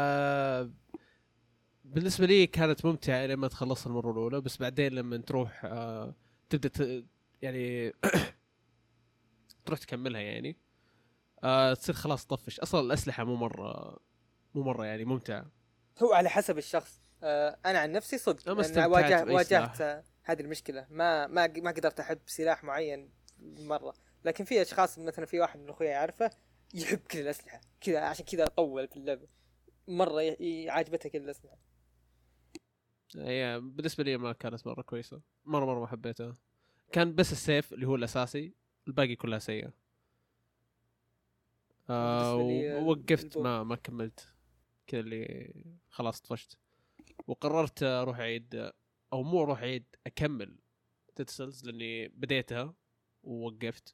بالنسبه لي كانت ممتعه لما تخلصها المره الاولى، بس بعدين لما تروح تبدا يعني تروح تكملها يعني تصير خلاص طفش. اصلا الاسلحه مو مره يعني ممتعه. هو على حسب الشخص. انا عن نفسي صدق أنا واجهت هذه المشكله، ما قدرت احب سلاح معين مره. لكن في اشخاص مثلا، في واحد من اخويا يعرفه يحب كل الاسلحه كذا، عشان كذا طول في اللعبه مره عاجبته كل الاسلحه. هي بالنسبه لي ما كانت مره كويسه، مره ما حبيتها. كان بس السيف اللي هو الاساسي، الباقي كلها سيئه. ووقفت ما كملت كذا، اللي خلاص طفشت وقررت اروح اعيد، او مو اروح اعيد، اكمل تتسلز لاني بديتها ووقفت.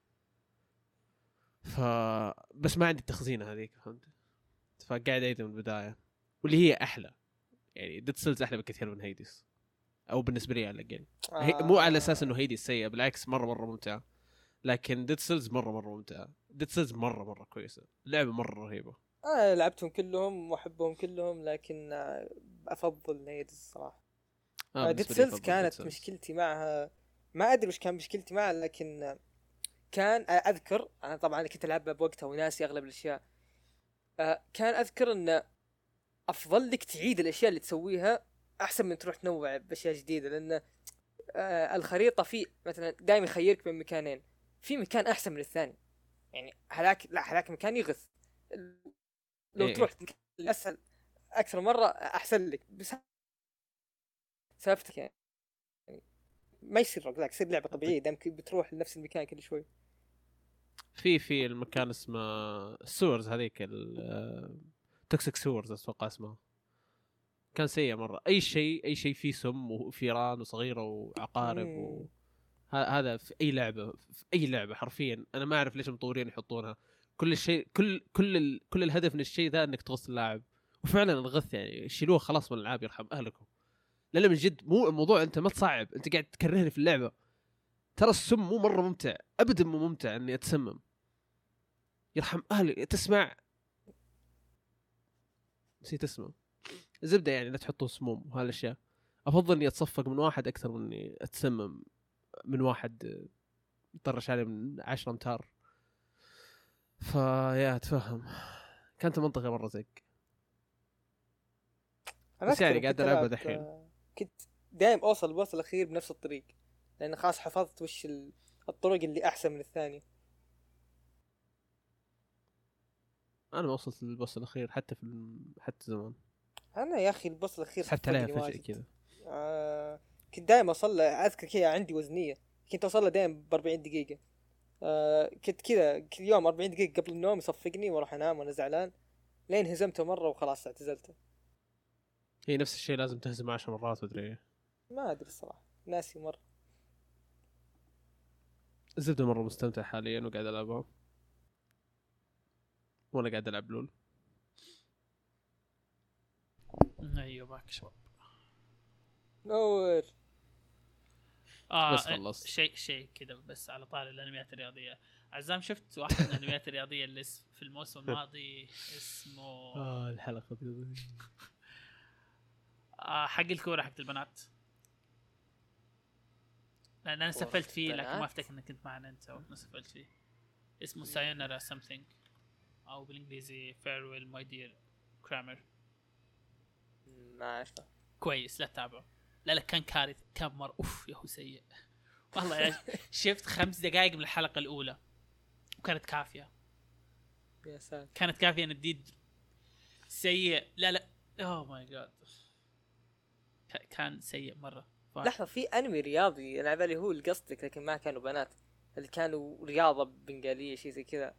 بس ما عندي التخزينه هذيك، فهمت؟ فقاعد اعيد من البدايه، واللي هي احلى يعني. ديد سيلز احلى بكثير من هيديس، او بالنسبه لي على الاقل. مو على اساس انه هيديس سيئه، بالعكس مره ممتعه. لكن ديد سيلز مره ممتعه. ديد سيلز مره كويسه، اللعبه مره رهيبه. لعبتهم كلهم واحبهم كلهم، لكن افضل هيدز الصراحه. ديد سيلز كانت مشكلتي معها، ما ادري وش كان مشكلتي معها، لكن كان اذكر انا طبعا كنت العبها بوقتها وناسي اغلب الاشياء. كان اذكر ان افضل لك تعيد الاشياء اللي تسويها احسن من تروح تنوع باشياء جديده، لان الخريطه في مثلا دائما يخيرك بين مكانين، في مكان احسن من الثاني. يعني هذاك مكان يغث، لو تروح اسهل اكثر مره احسن لك، بس سالفتك يعني ما يصير روجلاك، يصير لعبه طبيعيه دام بتروح لنفس المكان كل شوي. في المكان اسمه السورز، هذيك توكسيك سورز اتوقع اسمه. كان سيء مره. اي شيء فيه سم وفيران وصغيره وعقارب هذا في اي لعبه حرفيا. انا ما اعرف ليش المطورين يحطونها. كل الشيء كل الهدف من الشيء ذا انك تغث اللاعب، وفعلا الغث يعني شيلوه خلاص من الالعاب يرحم اهلكم. لا من جد، مو الموضوع انت ما تصعب، انت قاعد تكرهني في اللعبه. ترى السم مو مره ممتع ابدا، مو ممتع اني اتسمم يرحم اهلي. تسمع نسيت اسمه زبده يعني، لا تحطوا سموم وهالاشياء. افضل اني اتصفق من واحد اكثر من اني اتسمم من واحد يطرش علي من 10 امتار. فيا تفهم، كانت منطقه مره زق. بس يعني قاعد العبها دحين. كنت دائم اوصل البوس الاخير بنفس الطريق، لان خلاص حفظت وش الطرق اللي احسن من الثانيه. انا ما وصلت للبوس الاخير حتى حتى زمان. انا يا اخي البوس الاخير حتى عليها فجأة كذا. كنت دائما اوصل له، اذكر كذا عندي وزنيه كنت اوصل له دائما ب 40 دقيقه. كنت كذا كل يوم 40 دقيقه قبل النوم يصفقني واروح انام وانا زعلان، لين هزمته مره وخلاص اعتزلته. هي نفس الشيء لازم تهزم 10 مرات ودري. ما ادري الصراحه، ناسي مره. الزبده مره مستمتع حاليا وقاعد العبها، وانا قاعد العب لول. ايوه معك شباب. نور. بس خلصت. شيء كذا بس على طاري الانميات الرياضيه. عزام شفت واحد من الانميات الرياضيه اللي في الموسم الماضي اسمه الحلقه دي حق الكوره حق البنات، لان انا سفلت فيه لكن ما افتكر انك كنت معنا انت وقت ما سفلت فيه. اسمه سايونارا something او بالانجليزي farewell my dear Kramer. ما اعرفه. كويس لا تتابعه. لا كان كارث، كان مر يا هو سيء والله يا شفت 5 دقائق من الحلقه الاولى وكانت كافيه. يا ساتر كانت كافيه ان الديد سيء. لا اوه ماي جاد كان سيء مره. لحظه، في انمي رياضي انا على بالي هو اللي قصدك لكن ما كانوا بنات، اللي كانوا رياضه بنغاليه شيء زي كذا.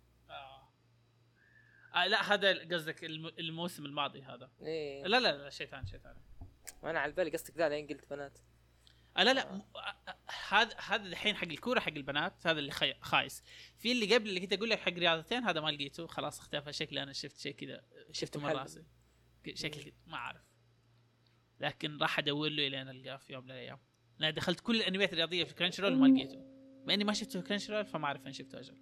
لا هذا قصدك الموسم الماضي هذا. إيه. لا شيء ثاني. وانا على بالي قصدك ذا لين قلت بنات. لا هذا الحين حق الكوره حق البنات، هذا اللي خايس. في اللي قبل اللي كنت اقول لك حق رياضتين هذا ما لقيته، خلاص اختفى. شكلي انا شفت شيء كذا، شفته من راسي شكلي ما اعرف، لكن راح ادور له لين القاه في يوم من الايام. انا دخلت كل الانميات الرياضيه في كرانش رول وما لقيته، ما اني ما شفته في كرانش رول فما اعرف ان شفته اجل.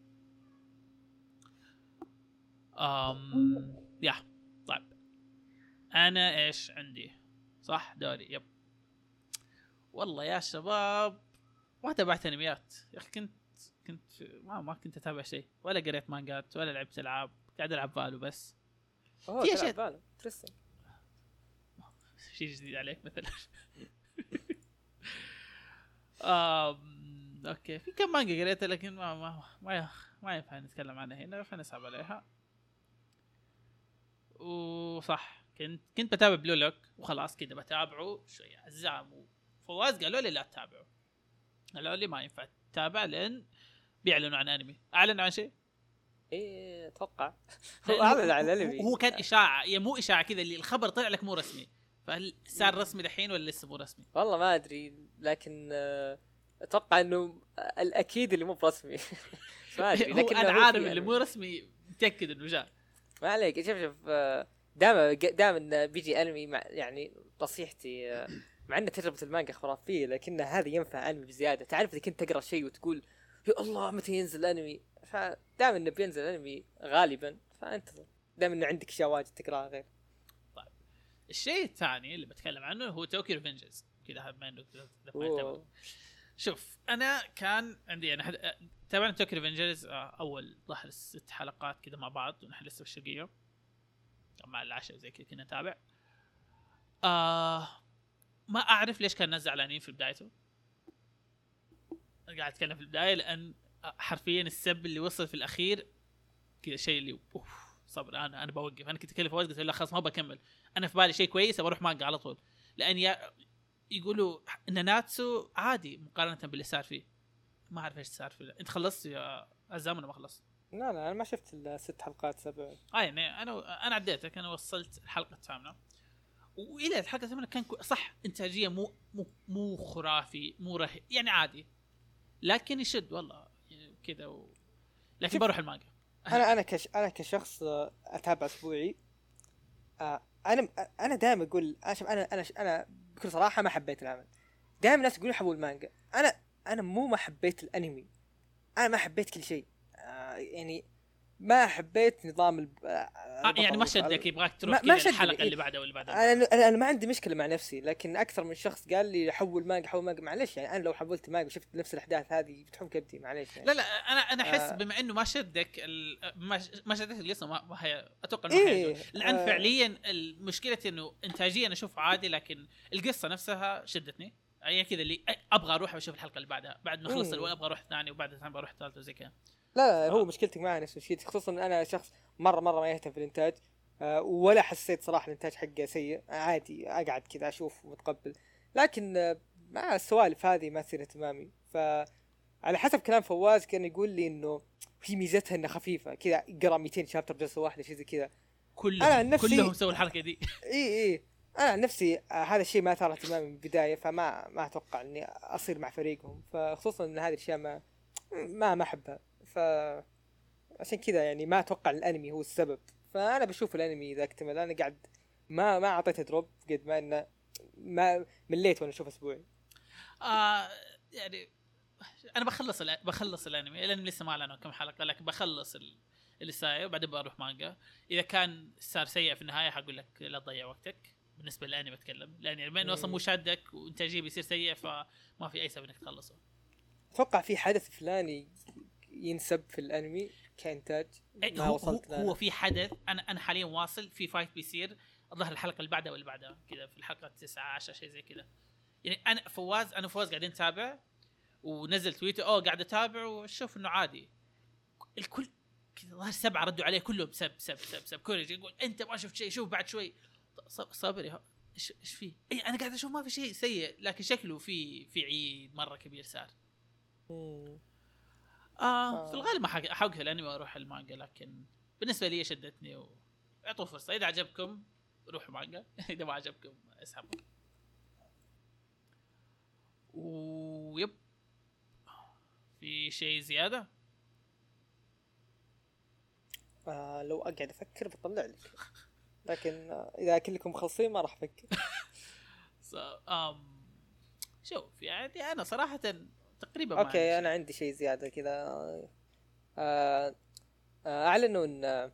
يا طيب انا ايش عندي؟ صح دوري. يب والله يا شباب ما تابعت انميات يا اخي. كنت ما كنت اتابع شيء، ولا قريت مانجات ولا لعبت العاب، قاعد العب فالو بس. في اشياء فالو ترسم شيء جديد عليك مثلا. اوكي في كم مانجا قريتها لكن ما ينفع نتكلم عنها هنا فنسحب عليها. وصح كنت بتابع بلو لوك وخلاص كده بتابعه شويه. عزام وفواز قالوا لي لا تتابعه، قالوا لي ما ينفع تتابع لان بيعلنوا عن انمي. اعلنوا عن شيء؟ ايه اتوقع هو اعلن عن انمي. هو كان اشاعه، يا مو اشاعه كذا اللي الخبر طلع لك مو رسمي، فهل صار رسمي دحين ولا لسه مو رسمي؟ والله ما ادري لكن اتوقع انه الاكيد اللي مو برسمي. ما ادري لكن انا عارف اللي مو رسمي متاكد انه جاء. ما عليك. شوف دائما بيجي انمي مع يعني نصيحتي مع ان تجربه المانجا خرافيه لكن هذا ينفع انمي بزياده. تعرف اذا كنت تقرا شيء وتقول يا الله متى ينزل انمي، فدائما انه بينزل انمي غالبا فانتظر. دائما انه عندك اشياء واجد تقراها غير. طيب الشيء الثاني اللي بتكلم عنه هو توكيو ريفنجرز كذا بما انه شوف انا كان عندي انا تابعنا توكيو ريفنجرز اول ظهر 6 حلقات كذا مع بعض ونحن لسه في الشرقيه مع العشاء زي كذا كنا نتابع. ما اعرف ليش كان نزل على في بدايته. قاعد اتكلم في البدايه لان حرفيا السب اللي وصل في الاخير كذا شيء اللي صبر انا بوقف. انا كنت اكلف قلت لا خلاص ما بكمل، انا في بالي شيء كويس بروح مانجا على طول، لان يقولوا ان ناتسو عادي مقارنه باللي صار فيه. ما اعرف ايش صار فيه. انت خلصت يا عزام ولا ما خلصت؟ لا انا ما شفت ال6 حلقات 7. يعني انا عديتك، انا وصلت الحلقه الثامنه والى الحلقه الثامنه كان صح انتاجيه مو خرافي مو رهيب يعني عادي، لكن يشد والله كذا لكن بروح المانجا. انا كشخص اتابع اسبوعي. انا دائما اقول انا بكل صراحه ما حبيت العمل. دائما الناس يقولون حبوا المانجا، انا مو ما حبيت الانمي، انا ما حبيت كل شيء. يعني ما حبيت نظام يعني ما شدك يبغاك تروح كذا الحلقه اللي بعدها واللي بعدها. انا ما عندي مشكله مع نفسي، لكن اكثر من شخص قال لي حول مانجا معلش يعني انا لو حولت مانجا وشفت نفس الاحداث هذه بتحوم كبدي معلش يعني. لا انا احس بما انه ما شدك ما شدك القصه ما هي اتوقع ما هي لان فعليا المشكله انه انتاجيا انا اشوف عادي لكن القصه نفسها شدتني. يعني كذا اللي ابغى اروح اشوف الحلقه اللي بعدها بعد ما اخلص الاول ابغى اروح الثاني وبعد الثاني بروح الثالث وزي كذا. لا هو مشكلتك معي نفس الشيء، خصوصا انا شخص مره ما يهتم في الانتاج. ولا حسيت صراحه الانتاج حقه سيء، عادي اقعد كذا اشوف ومتقبل. لكن مع السوالف هذه ما تصير اهتمامي. فعلى حسب كلام فواز كان يقول لي انه في ميزتها انها خفيفه كذا، اقرا 200 شابتر جلسه واحده شيء زي كذا. كلهم سووا الحركه دي. اي انا عن نفسي هذا الشيء ما اثار اهتمامي من البدايه، ما اتوقع اني اصير مع فريقهم، فخصوصا ان هذه الاشياء ما احبها. عشان كذا يعني ما اتوقع الانمي هو السبب. فانا بشوف الانمي اذا اكتمل. انا قاعد ما اعطيته دروب قد ما انه ما مليت وانا اشوف اسبوعي. يعني انا بخلص الانمي لان لسه ما اعلنوا كم حلقه، لكن بخلص اللي صاير وبعدين بروح مانجا. اذا كان صار سيء في النهايه حقول لك لا تضيع وقتك. بالنسبه للانمي بتكلم، لان بما انه اصلا مو شادك وانتاجيه بيصير سيء، فما في اي سبب انك تخلصه. اتوقع في حدث فلاني ينسب في الانمي كانتاج ما وصلت هو في حدث. انا حاليا واصل في فايت بيصير الظاهر الحلقه اللي بعدها واللي بعدها كذا، في الحلقه 9 10 شيء زي كذا. يعني انا فواز قاعدين نتابع، ونزل تويتر قاعد اتابع واشوف انه عادي. الكل كذا ظهر 7 ردوا عليه كلهم سب كوريجي يقول انت ما شفت شيء، شوف بعد شوي. صابر ايش فيه؟ انا قاعد اشوف ما في شيء سيء، لكن شكله في عيد مره كبير صار. في الغالب ما حوقف الانمي واروح المانجا، لكن بالنسبه لي شدتني واعطوه فرصه. اذا عجبكم روحوا مانجا، اذا ما عجبكم اسحبوا. ويب في شيء زياده؟ لو اقعد افكر بطلع لك، لكن اذا كلكم مخلصين ما راح افكر. شوف يعني انا صراحه تقريبا اوكي انا عندي شيء زياده كذا. اعلنوا ان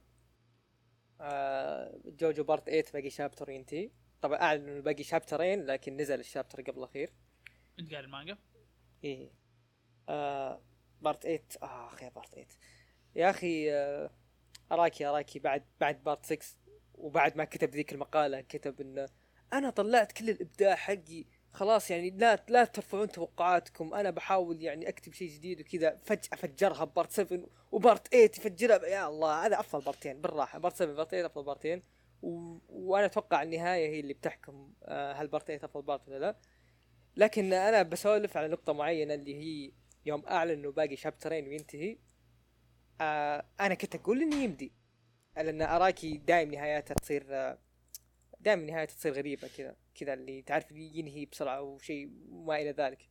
جوجو بارت 8 باقي شابتر ينتهي. طبعا اعلنوا باقي شابترين، لكن نزل الشابتر قبل الاخير. انت قال المانجا؟ ايه. بارت 8 اخي بارت 8 يا اخي. اراكي بعد بارت 6 وبعد ما كتب ذيك المقاله كتب ان انا طلعت كل الابداع حقي خلاص، يعني لا ترفعون توقعاتكم، انا بحاول يعني اكتب شيء جديد وكذا. فجأة فجرها بارت 7 وبارت 8 يفجرها. يا الله هذا افضل بارتين بالراحه. بارت 7 بارت 8 افضل بارتين، وانا اتوقع النهايه هي اللي بتحكم هل بارت 8 افضل بارت ولا لا. لكن انا بسولف على نقطه معينه اللي هي يوم اعلن انه باقي شابترين وينتهي. انا كنت اقول اني يمدي، لان اراكي دائما نهاياتها تصير غريبه كذا اللي تعرف ينهي بسرعه وشيء ما الى ذلك.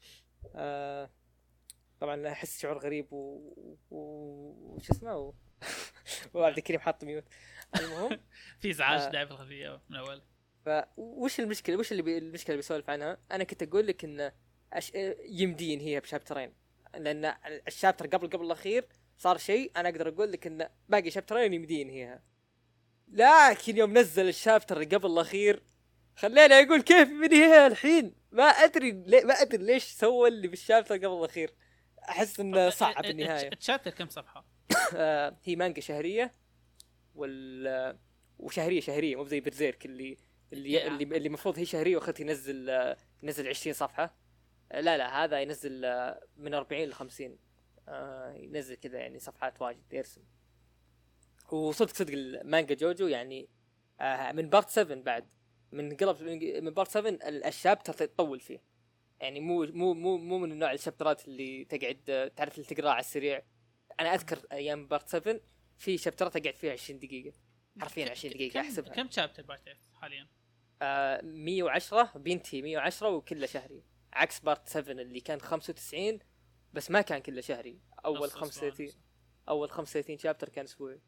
طبعا احس شعور غريب وش اسمه وعبد الكريم حاط ميوت. المهم في ازعاج داعي في الخلفيه من اول. فوش المشكله؟ المشكله اللي بيسولف عنها. انا كنت اقول لك ان يمدي ينهيها بشابترين، لان الشابتر قبل الاخير صار شيء انا اقدر اقول لك ان باقي شابترين يمدي ينهيها. لكن يوم نزل الشابتر قبل الاخير خلينا اقول كيف ينهيها الحين. ما ادري ليش سوى اللي بالشابتر قبل الاخير. احس انه صعب النهايه. الشابتر كم صفحه؟ هي مانجا شهريه وشهريه مو زي برزيرك اللي المفروض هي شهريه واخذت ينزل 20 صفحه. لا هذا ينزل من 40 ل 50. ينزل كذا يعني صفحات واجد يرسم. وصدق المانجا جوجو يعني من بارت 7 بعد من بارت 7 الشابتر تطول فيه. يعني مو من النوع الشابترات اللي تقعد تعرف اللي تقرا على السريع. انا اذكر ايام بارت 7 في شابترات اقعد فيها 20 دقيقه حرفيا 20 دقيقه احسبها. كم شابتر بارت حاليا؟ 110 بينتهي 110 وكله شهري، عكس بارت 7 اللي كان 95 بس ما كان كله شهري. اول 35 شابتر كان اسبوعي.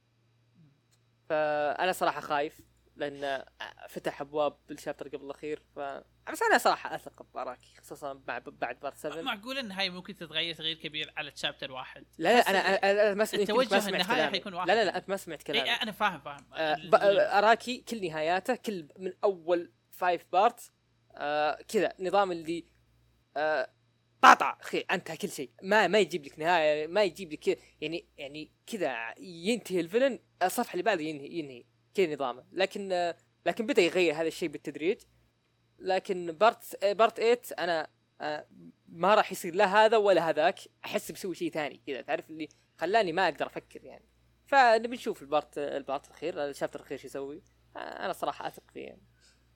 فانا صراحه خايف لان فتح ابواب بالشابتر قبل الاخير. بس انا صراحه اثق باراكي خصوصا بعد بارت 7. معقول ان هاي ممكن تتغير تغيير كبير على الشابتر واحد؟ لا انا ما سمعت التوجه النهايه حيكون واحد. لا انت ما سمعت كلامي. انا فاهم اراكي كل نهاياته كل من اول 5 بارت كذا نظام اللي قاطع اخي انتهى كل شيء. ما يجيب لك نهايه، ما يجيب لك يعني كذا ينتهي الفيلن الصفحه اللي بعده ينهي كذا نظامه. لكن بدا يغير هذا الشيء بالتدريج. لكن بارت 8 انا ما راح يصير لا هذا ولا هذاك. احس بسوي شيء ثاني كذا تعرف اللي خلاني ما اقدر افكر يعني. فنبي نشوف البارت الاخير الشابتر الاخير شو يسوي. انا صراحه اثق فيه يعني.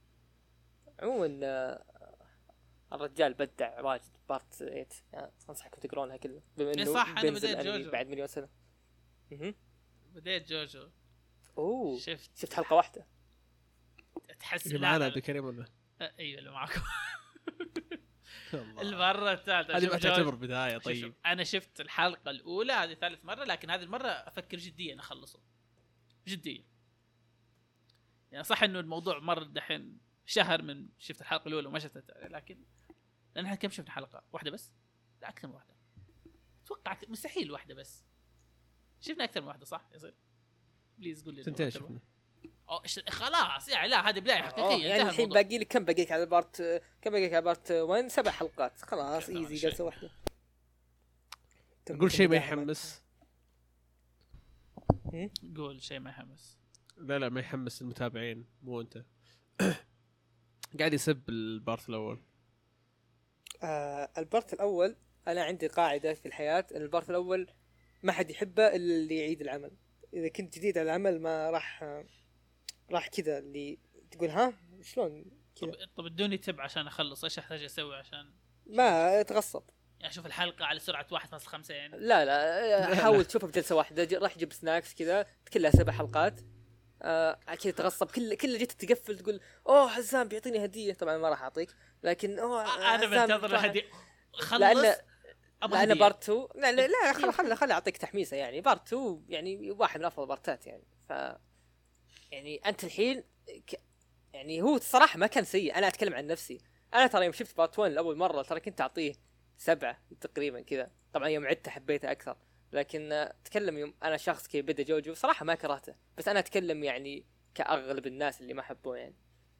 عموما الرجال بدع واجد بارت 8 يعني انصحكم تقرونها كلها بما انه صح. انا بديت جوجو بعد مليون سنه. بديت جوجو. شفت حلقه واحده. تحس اللي معنا عبد الكريم ولا؟ ايوه اللي معكم. المره الثالثه هذه ما تعتبر بدايه. طيب انا شفت الحلقه الاولى هذه ثالث مره، لكن هذه المره افكر جديا اخلصه جديا. يعني صح انه الموضوع مر دحين شهر من شفت الحلقه الاولى وما شفتها، لكن لان احنا كم شفنا حلقه واحده بس؟ لا اكثر من واحده اتوقع مستحيل واحده بس. شفنا اكثر من واحده صح يصير؟ بليز قول لي. سنتين شفنا. خلاص يعني لا هذه بدايه حقيقيه. يعني الحين باقي لك كم باقي لك على البارت 1 7 حلقات خلاص ايزي جلسه واحده. قول شيء ما يحمس. قول شيء ما يحمس. لا ما يحمس المتابعين مو انت. قاعد يسب البارت الاول. البارت الاول انا عندي قاعده في الحياه، البارت الاول ما حد يحبه الا اللي يعيد العمل. اذا كنت جديد على العمل ما راح كذا اللي تقول ها شلون كذا. طب ادوني تب عشان اخلص. ايش احتاج اسوي عشان ما اتغصب؟ يعني اشوف الحلقه على سرعه 1.5 يعني. لا حاول تشوفها بجلسه واحده. راح تجيب سناكس كذا كلها 7 حلقات. كذا تغصب كل جيت تقفل تقول اوه حزام بيعطيني هديه. طبعا ما راح اعطيك لكن انا بنتظر الهديه. خلص لأن بارت 2 لا خلي اعطيك تحميسه. يعني بارت 2 يعني واحد من افضل البارتات يعني. يعني انت الحين يعني هو الصراحه ما كان سيء. انا اتكلم عن نفسي. انا ترى يوم شفت بارت 1 لاول مره ترى كنت اعطيه 7 تقريبا كذا. طبعا يوم عدت حبيته اكثر. لكن اتكلم يوم انا شخص كي بدا جوجو صراحه ما كرهته. بس انا اتكلم يعني كاغلب الناس اللي ما حبوه يعني.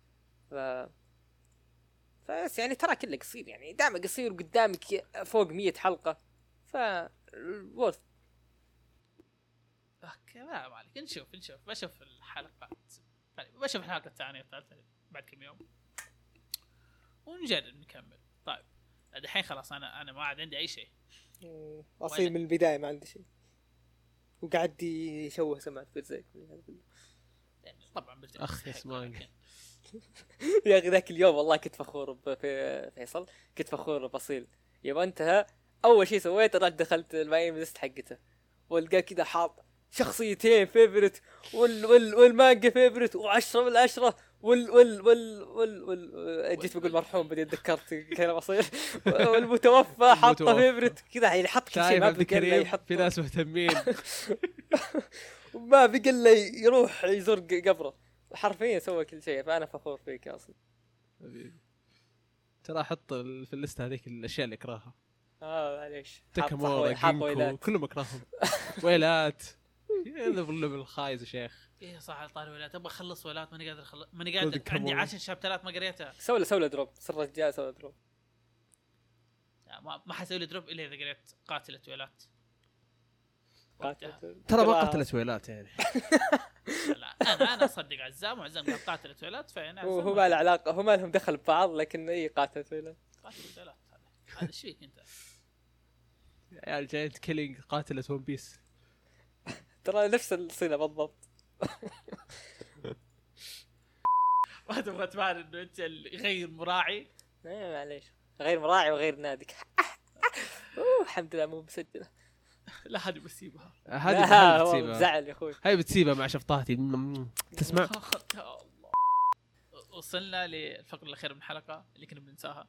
بس يعني ترى كله قصير يعني دائما قصير وقدامك فوق 100 حلقه. وورث. اوكي ما عليك. نشوف بشوف الحلقات. بشوف الحلقه الثانيه والثالثه بعد كم يوم ونجرب نكمل. طيب الحين خلاص انا ما عاد عندي اي شيء. اصير من البدايه ما عندي شيء وقاعد يشوه سمعت بيرزيرك يعني طبعا اخ اسمعني يا اخي ذاك اليوم والله كنت فخور بفيصل. كنت فخور بأصيل. يوم انتهى اول شيء سويته رحت دخلت المايم ليست حقته والقى كذا حاط شخصيتين فيفورت والمانجا فيفورت و10 من 10 جيت بقول مرحوم بدي اتذكرت كلام اصيل والمتوفى حاطه فيفورت كذا يعني حط كل شيء ما بقى يحط. في ناس مهتمين ما بقى له يروح يزور قبره حرفيا سوى كل شيء. فانا فخور فيك يا اصيل. ترى احط في الليسته هذيك الاشياء اللي اكرهها. معليش تكامورا جينكو كلهم اكرههم. ويلات هذا بالخايز يا شيخ. ايه صح طاري ويلات. ابغى اخلص ويلات ماني قادر عندي 10 شاب 3 ما قريتها. سوي دروب صر رجال سوي دروب. ما حسوي لي دروب الا اذا قريت قاتلة ويلات. ترى ما قتلت ويلات يعني. لا انا اصدق عزام وعزام قال قاتلة ويلات فانا هو ما له علاقه. هو ما لهم دخل ببعض لكن اي قاتلة ويلات. قاتلة ويلات هذا ايش فيك انت يا عيال جاينت كيلينج قاتلة ون بيس. ترى نفس الصيغه بالضبط. ما تبغى تبان انه انت غير مراعي. معليش غير مراعي وغير نادك. الحمد لله مو مسجله. لا هذه بسيبها. هذه بتسيبها. زعل يا اخوي. هاي بتسيبها مع شفطاتي تسمع. وصلنا للفقرة الأخيرة من الحلقة اللي كنا بننساها.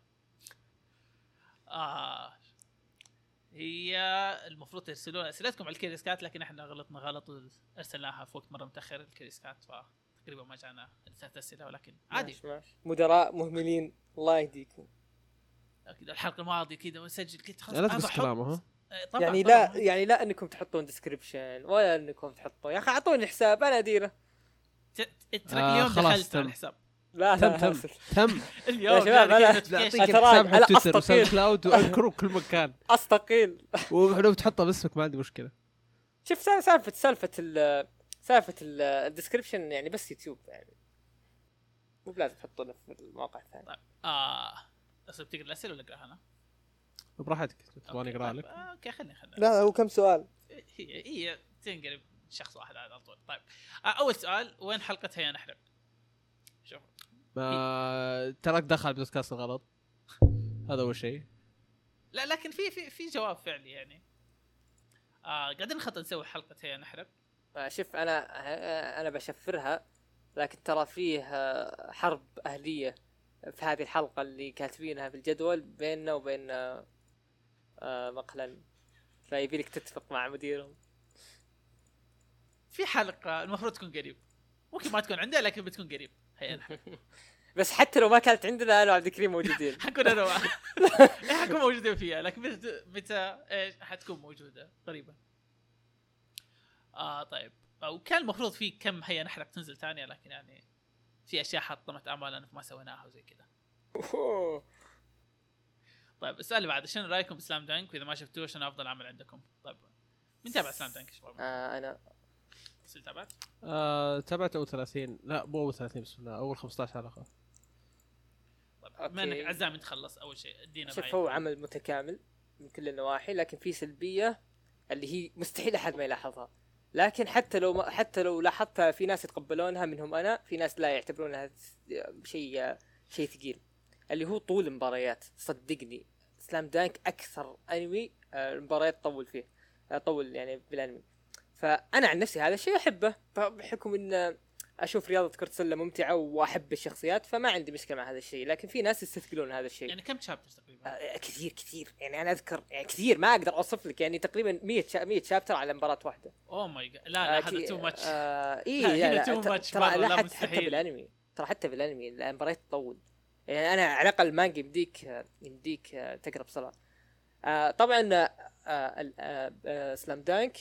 هي المفروض ترسلون أسئلتكم على الكريسكات لكن احنا غلطنا غلط وارسلناها في وقت مرة متأخر الكريسكات فتقريبا ما جانا 3 أسئلة ولكن عادي. مدراء مهملين الله يهديكم. كذا الحلقة الماضية كذا ونسجل كنت لا تبس كلامه. يعني لا انكم تحطون ديسكريبشن ولا انكم تحطوا يا اخي اعطوني حساب انا اديره. اليوم دخلت على الحساب. لا تم اليوم يا شباب انا اعطيك حساب حق تويتر وساوند كلاود وانكر بكل مكان. استقيل ولو تحطه باسمك ما عندي مشكله. شوف سالفه الديسكريبشن يعني بس يوتيوب يعني مو لازم تحطونه في المواقع الثانيه. طيب اصير تقرا الاسئله ولا اقراها انا؟ براحتك تبغاني اقرا لك. اوكي خلينا لا هو كم سؤال هي تنقلب شخص واحد على طول. طيب اول سؤال وين حلقه هيا نحرق؟ شوف تراك دخل بودكاست غلط هذا اول شيء. لا لكن في جواب فعلي يعني. قاعدين نخطط نسوي حلقه هيا نحرق. شوف انا بشفرها لكن ترى فيه حرب اهليه في هذه الحلقه اللي كاتبينها في الجدول بيننا وبين مقلن فيبي لك تتفق مع مديرهم. في حلقه المفروض تكون قريب ممكن ما تكون عنده لكن بتكون قريب. هيا نحرق. بس حتى لو ما كانت عندنا انا وعبد الكريم موجودين. حكون انا حكون موجودين فيها، لكن متى ايش حتكون موجوده قريبا. طيب، وكان المفروض في كم هي نحرق تنزل ثانيه، لكن يعني في اشياء حطمت امالنا ما سويناها وزي كذا. طيب السؤال اللي بعد، شنو رايكم بسلام دانك؟ واذا ما شفتوه شنو افضل عمل عندكم؟ طيب مين تابع سلام دانك شباب؟ انا تابعت تابعت اول 30، لا مو اول 30 بسم الله، اول 15 حلقه. طيب بما انك عزام تخلص اول شيء ادينا شوف هو عمل متكامل من كل النواحي، لكن في سلبيه اللي هي مستحيل احد ما يلاحظها، لكن حتى لو لاحظتها في ناس يتقبلونها منهم انا، في ناس لا يعتبرونها شيء ثقيل، اللي هو طول المباريات. صدقني سلام دانك اكثر انمي المباريات طول يعني بالانمي. فانا عن نفسي هذا الشيء احبه، بحكم ان اشوف رياضه كره السله ممتعه واحب الشخصيات، فما عندي مشكله مع هذا الشيء. لكن في ناس يستثقلون هذا الشيء. يعني كم شابتر تقريبا؟ كثير يعني انا اذكر يعني كثير، ما اقدر اوصف لك، يعني تقريبا 100 شابتر على مباراه واحده. اوه ماي جاد، لا هذا تو ماتش. لا تو ماتش ترى لا، لا حتى بالانمي المباريات تطول. يعني انا على الاقل المانجا يمديك تقرا بسرعه. طبعا سلام دانك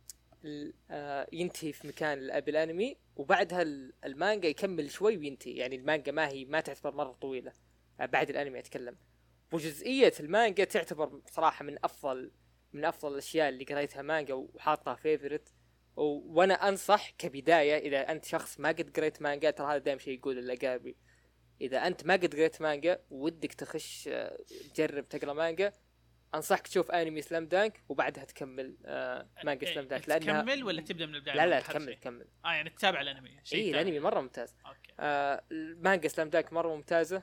ينتهي في مكان بالانمي، وبعدها المانجا يكمل شوي وينتهي. يعني المانجا ما تعتبر مره طويله بعد الانمي اتكلم. وجزئيه المانجا تعتبر صراحه من افضل الاشياء اللي قريتها مانجا وحاطها فيفورت. وانا انصح كبدايه، اذا انت شخص ما قد قريت مانجا، ترى هذا دائما شيء يقول الاقاربي، اذا انت ما قد قريت مانجا ودك تخش تجرب تقرا مانجا، انصحك تشوف انمي سلام دانك وبعدها تكمل مانجا سلام دانك. لانها تكمل ولا تبدا من البدايه؟ لا تكمل. يعني تتابع الانمي شيء الانمي مره ممتاز. المانجا سلام دانك مره ممتازه،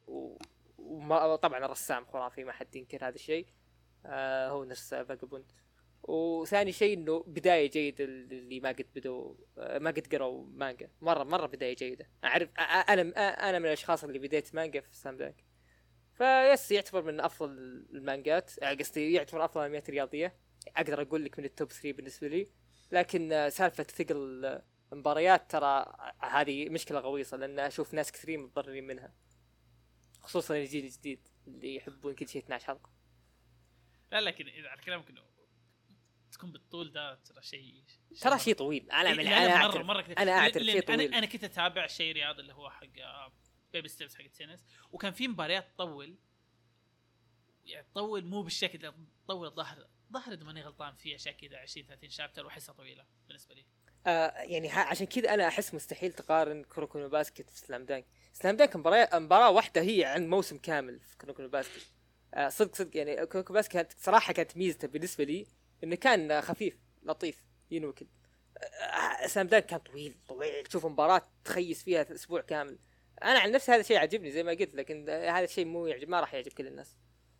وطبعا الرسام خرافي ما حد ينكر هذا الشيء. هو نفس فاجابوند. وثاني شيء انه بدايه جيده اللي ما قد قروا مانجا، مره بدايه جيده. اعرف انا من الاشخاص اللي بديت مانجا في سلام دانك، فيس يعتبر من افضل المانجات، قصدي يعتبر افضل انميات رياضيه. اقدر اقول لك من التوب 3 بالنسبه لي. لكن سالفه ثقل المباريات ترى هذه مشكله غويصه، لان اشوف ناس كثيرين متضررين منها، خصوصا الجيل الجديد اللي يحبون كل شيء 12 حلقه. لا لكن اذا على كلامك انه تكون بالطول ده ترى شيء طويل. انا اعترف شيء طويل. انا كنت اتابع شيء رياضي اللي هو حق بيبي ستيبس حق التنس، وكان في مباريات تطول، يعني تطول مو بالشكل ده، تطول ظهر اذا ماني غلطان في اشياء كذا 20-30 شابتر واحسها طويله بالنسبه لي. يعني عشان كذا انا احس مستحيل تقارن كوروكو نو باسكت في سلام دانك. مباراه واحده هي عن موسم كامل في كوروكو نو باسكت. صدق يعني كوروكو باسكت صراحه كانت ميزته بالنسبه لي انه كان خفيف لطيف ينوكل. سلام دانك كان طويل تشوف مباراه تخيس فيها اسبوع كامل. انا عن نفسي هذا الشيء عجبني زي ما قلت، لكن هذا الشيء ما راح يعجب كل الناس.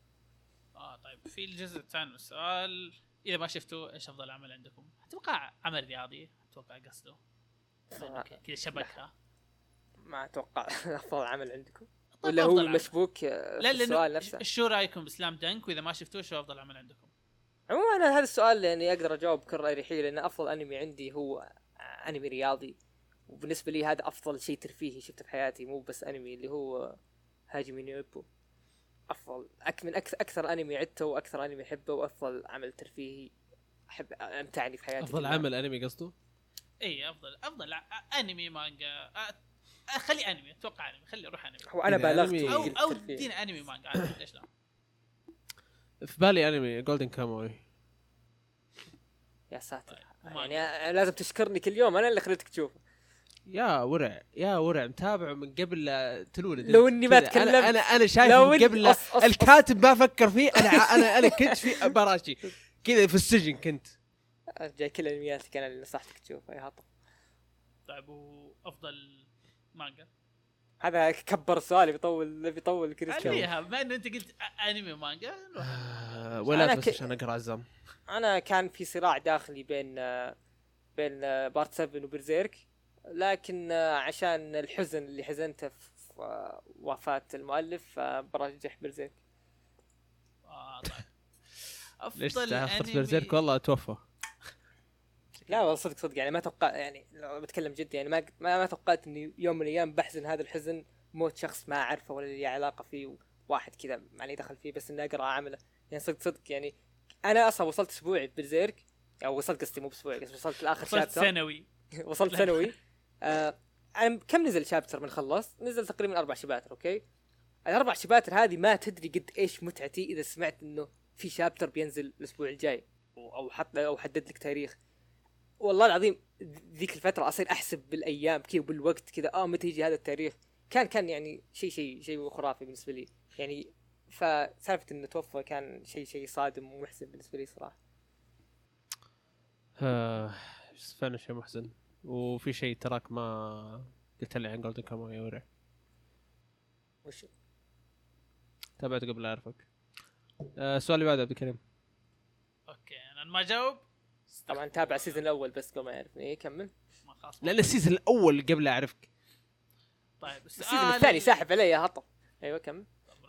طيب في الجزء الثاني من السؤال، اذا ما شفتوا ايش افضل عمل عندكم؟ اتوقع عمل رياضي، اتوقع قصده كذا شبكها. ما اتوقع افضل عمل عندكم ولا هو مشبوك في السؤال نفسه. شو رايكم بسلام دانك؟ واذا ما شفتوه شو افضل عمل عندكم؟ عموما انا هذا السؤال يعني اقدر اجاوب بكل اريحيه، لان افضل انمي عندي هو انمي رياضي، وبالنسبه لي هذا افضل شيء ترفيهي شفته في حياتي، مو بس انمي، اللي هو هاجمي نو إيبو. افضل من اكثر انمي عدته، واكثر انمي احبه، وافضل عمل ترفيهي احب امتعني في حياتي. افضل عمل انمي قصده؟ اي افضل انمي مانجا. خلي انمي، اتوقع انمي، خلي اروح انمي. هو انا بالغت او ادينا انمي مانجا ليش لا. في بالي انمي جولدن كاموي. يا ساتر، يعني لازم تشكرني كل يوم، انا اللي خليتك تشوفه. يا ورع متابعه من قبل تلولد. لو اني ما تكلمت انا شايف من قبل الكاتب ما فكر فيه. انا كنت في براشي كذا في السجن، كنت جاي كل الانميات انا اللي نصحتك تشوفها يا هطل. طيب وافضل مانجا؟ هذا كبر سؤالي، بيطول كريس عليها بما انه انت قلت انمي ومانجا. ولا بس عشان اقرا عزام. انا كان في صراع داخلي بين بارت 7 وبرزيرك، لكن عشان الحزن اللي حزنته في وفاة المؤلف برجح برزيرك. طيب ليش اخترت برزيرك؟ والله توفى. لا والله صدق يعني ما توقع، يعني لو بتكلم جد يعني ما توقعت اني يوم من الايام بحزن هذا الحزن موت شخص ما اعرفه ولا لي علاقه فيه، واحد كذا معني دخل فيه بس اني اقرا عامله. يعني صدق يعني انا اصلا وصلت اسبوعي برزيرك، او وصلت قصدي مو باسبوعي، وصلت لاخر وصلت شابتر. ثانوي. وصلت ثانوي. انا كم نزل شابتر من خلص؟ نزل تقريبا 4 شباتر. اوكي، ال4 شباتر هذه ما تدري قد ايش متعتي اذا سمعت انه في شابتر بينزل الاسبوع الجاي، او حدد لك تاريخ. والله العظيم ذيك الفتره اصير احسب بالايام كذا وبالوقت كذا، متى يجي هذا التاريخ. كان يعني شيء خرافي بالنسبه لي يعني. فسالفه انه توفى كان شيء صادم ومحزن بالنسبه لي صراحه. فعلا شيء محزن. وفي شيء تراك ما قلت لي عن جولدن كاموي ورع. وش تابعته قبل اعرفك. السؤال اللي بعده عبد الكريم. اوكي انا ما جاوب طبعا تابع السيزون الاول بس قبل ما يعرفني. ايه كمل. ما خلاص لان السيزون الاول قبل اعرفك. طيب السيزون الثاني ساحب علي يا هطل. ايوه كمل.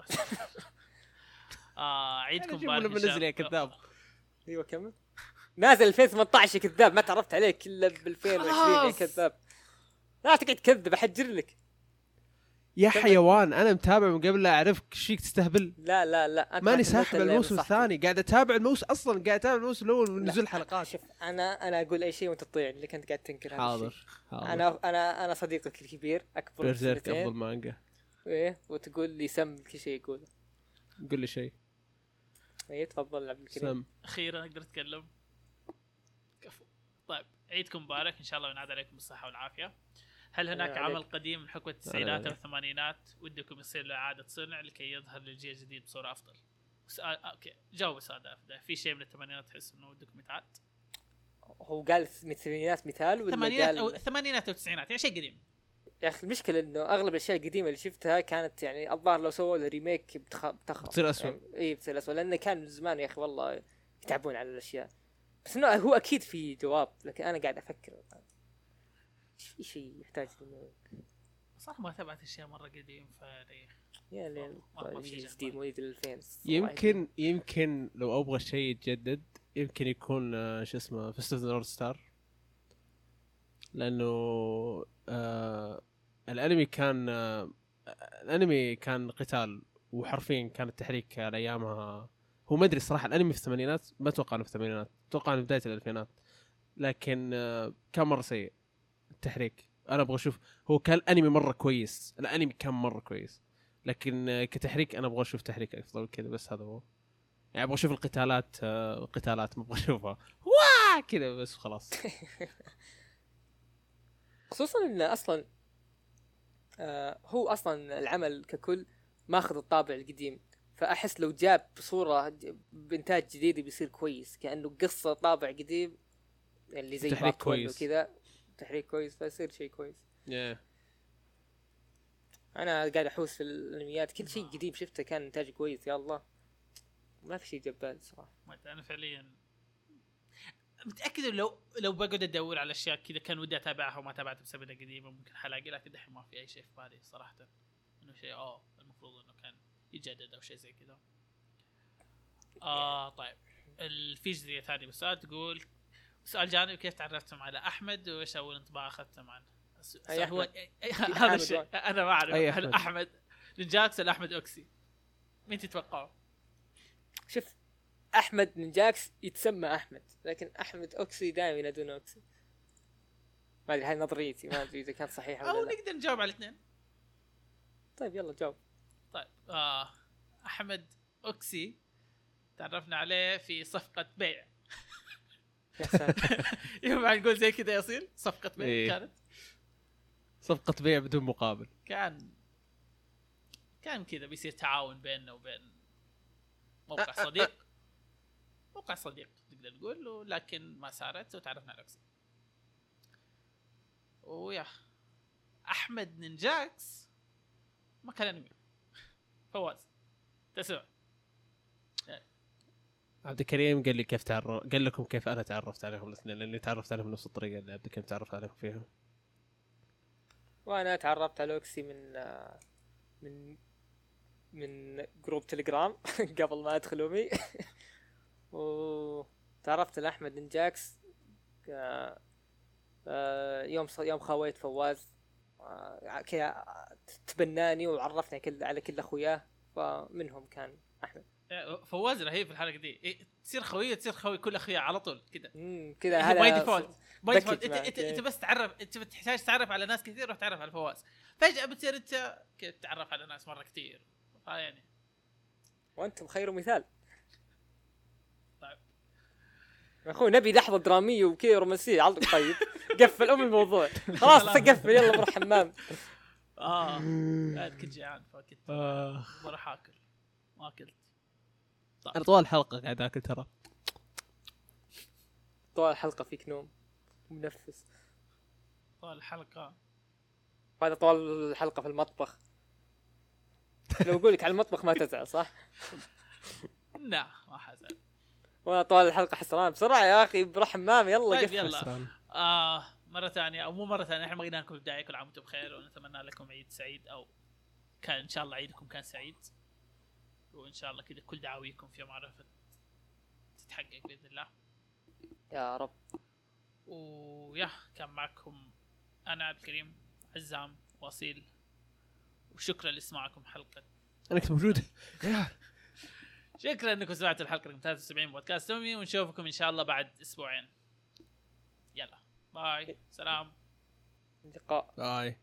عيدكم مبارك لما نزل يا كذاب. ايوه كمل. نازل 2018 يا كذاب، ما تعرفت عليك الا ب 2020 يا كذاب. لا تقعد تكذب احجر لك يا حيوان. انا متابع من قبل لا اعرفك. ايش فيك تستهبل؟ لا ماني ساحب الموسم الثاني، قاعد اتابع الموسم اصلا، قاعد اتابع الموسم الاول من نزول حلقات. شوف انا اقول اي شيء وانت تطيع اللي كنت قاعد تنكر هذا حاضر. انا صديقك الكبير اكبر برزيرك افضل مانجا. ايه وتقول لي سم كل شيء يقوله. قل لي شيء. ايه تفضل عبد الكريم. اخيرا اقدر اتكلم. كفو. طيب عيدكم مبارك ان شاء الله وينعاد عليكم بالصحه والعافيه. هل هناك عمل قديم من حقبه التسعينات او الثمانينات ودكم يصير له اعاده صنع لكي يظهر للجيل الجديد بصوره افضل؟ سؤال اوكي جاوب السؤال ده. في شيء من الثمانينات تحس انه ودكم يتعاد؟ هو قال من الثمانينات مثال ولا الثمانينات او الثمانينات او التسعينات، يعني شيء قديم. يا اخي المشكله انه اغلب الاشياء القديمه اللي شفتها كانت يعني الظاهر لو سووا له ريميك بتخرب بتصير اسوء. يعني اي بتصير اسوء، لانه كان من زمان يا اخي والله يتعبون على الاشياء. بس انه هو اكيد في جواب، لكن انا قاعد افكر في شيء يحتاج انه صح ما تابعت اشياء مره قديم يا ليل جديد مواليد 2000. يمكن لو ابغى شيء يتجدد يمكن يكون شو اسمه فيست نورث ستار، لانه الانمي كان قتال وحرفيا كان التحريك على ايامها. هو ما ادري الصراحه الانمي في الثمانينات ما اتوقع انه في الثمانينات، اتوقع انه في بدايه الالفينات، لكن كان مره سيء التحريك. انا ابغى اشوف. هو كان انمي مره كويس، الانمي كان مره كويس، لكن كتحريك انا ابغى اشوف تحريك افضل كذا. بس هذا هو يعني ابغى اشوف القتالات ما ابغى اشوفها كذا بس خلاص. خصوصا ان اصلا هو اصلا العمل ككل ماخذ الطابع القديم، فاحس لو جاب بصوره بانتاج جديد بيصير كويس، كانه قصه طابع قديم اللي زي تحريك كويس وكذا، تحريك كويس فيصير شيء كويس. انا قاعد احوس في الانميات، كل شيء قديم شفته كان انتاج كويس. يا الله ما في شيء جبال صراحه. انا فعليا متاكد لو بقعد ادور على اشياء كذا كان ودي اتابعها وما تابعتها بسبب انها قديمه ممكن حلاقي، لكن دحين ما في اي شيء في بالي صراحه انه شيء المفروض انه كان يجدد او شيء زي كذا. طيب في جزئيه ثانيه بس تقول سؤال جانبي، كيف تعرفتم على احمد وايش اول انطباع اخذتم عنه؟ هو هذا الشيء انا ما اعرف. هل احمد نينجاكس ولا احمد اوكسي؟ مين تتوقعوا؟ شوف احمد نينجاكس يتسمى احمد، لكن احمد اوكسي دائما ينادون اوكسي. ما ادري هاي نظريتي، ما ادري اذا كانت صحيحه ولا لا. نقدر نجاوب على الاثنين. طيب يلا جاوب. طيب احمد اوكسي تعرفنا عليه في صفقه بيع. يا ساتر. يوم نقول زي كذا يصير صفقه بيع. كانت صفقه بيع بدون مقابل. كان كذا بيصير تعاون بيننا وبين موقع صديق. موقع صديق تقدر تقول له، لكن ما صارت وتعرفنا على أكسي. ويا أحمد نينجاكس ما كان أنمي. فواز تسمع عبد الكريم قال لي قال لكم كيف أنا تعرفت عليهم الاثنين، لأني تعرفت عليهم نفس الطريقة اللي عبد الكريم تعرفت عليهم فيها. وأنا تعرفت على أوكسي من جروب تليجرام قبل ما أدخل أمي. وتعرفت لأحمد نينجاكس يوم خويت فواز كذا تبناني وعرفني على كل اخوياه، فمنهم كان احمد. فواز رهيب في الحلقه دي، تصير خوي كل اخويا على طول كذا كذا هذا باي ديفولت. انت بس تعرف، انت بتحتاج تعرف على ناس كثير، روح تعرف على فواز، فجاه بتصير انت كذا تتعرف على ناس مره كثير. يعني وانتم خير مثال. طيب يا اخوي نبي لحظه دراميه وكذا رومانسيه علق. طيب قفل الموضوع خلاص قفل، يلا بروح حمام. كنت جيعان فكنت بروح اكل، ما اكلت. انا طوال الحلقه قاعد اكل ترى. طوال الحلقه فيك نوم منفس. طوال الحلقه هذا طوال الحلقه في المطبخ. لو اقول لك على المطبخ ما تزعل صح؟ لا ما حزن. وانا طوال الحلقه حسران بسرعه يا اخي بروح حمام يلا. طيب يلا مره ثانيه او مو مره ثانيه، احنا ما قلنا لكم بدايه كل عام وانتم بخير، ونتمنى لكم عيد سعيد، او كان ان شاء الله عيدكم كان سعيد، وان شاء الله كذا كل دعاويكم في معرفه تتحقق باذن الله يا رب. ويا كان معكم انا عبد الكريم، عزام، واصيل، وشكرا لاسماعكم حلقه. انا كنت موجود. شكرا انكم سمعتوا الحلقه رقم 73 بودكاست تومي، ونشوفكم ان شاء الله بعد اسبوعين. يلا باي، سلام، اللقاء، باي.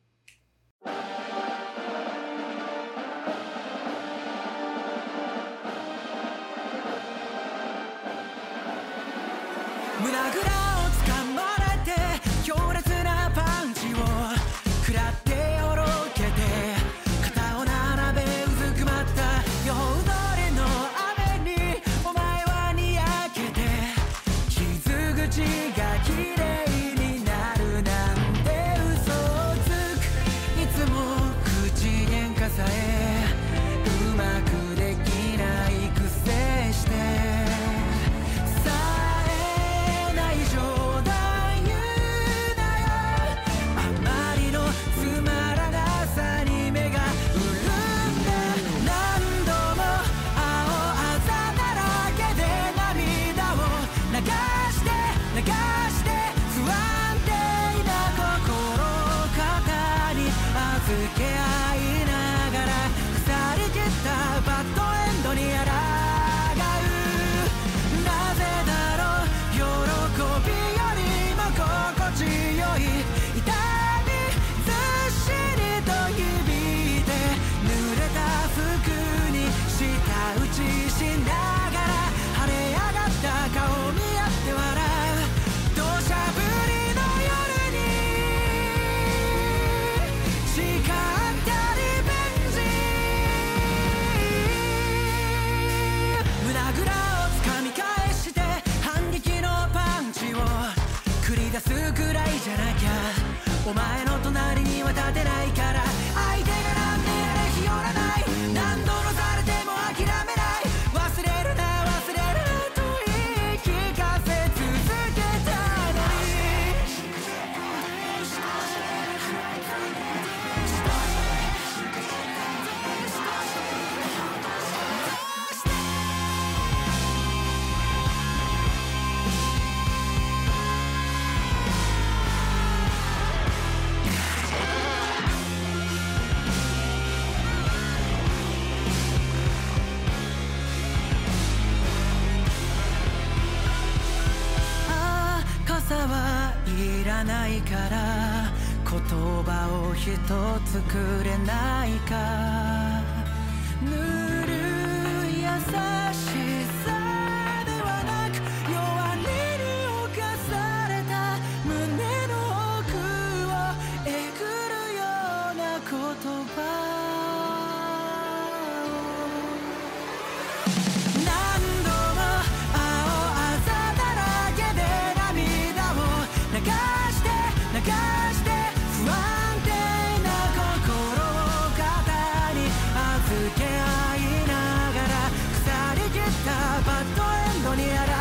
お前の隣には立てないから相手が何であれ日和らない何度のされても諦めない忘れるな忘れるなと言い聞かせ続けたのにいらないから言葉を一つくれないかぬるい優しさではなく弱音に侵された胸の奥をえぐるような言葉バッドエンドにあら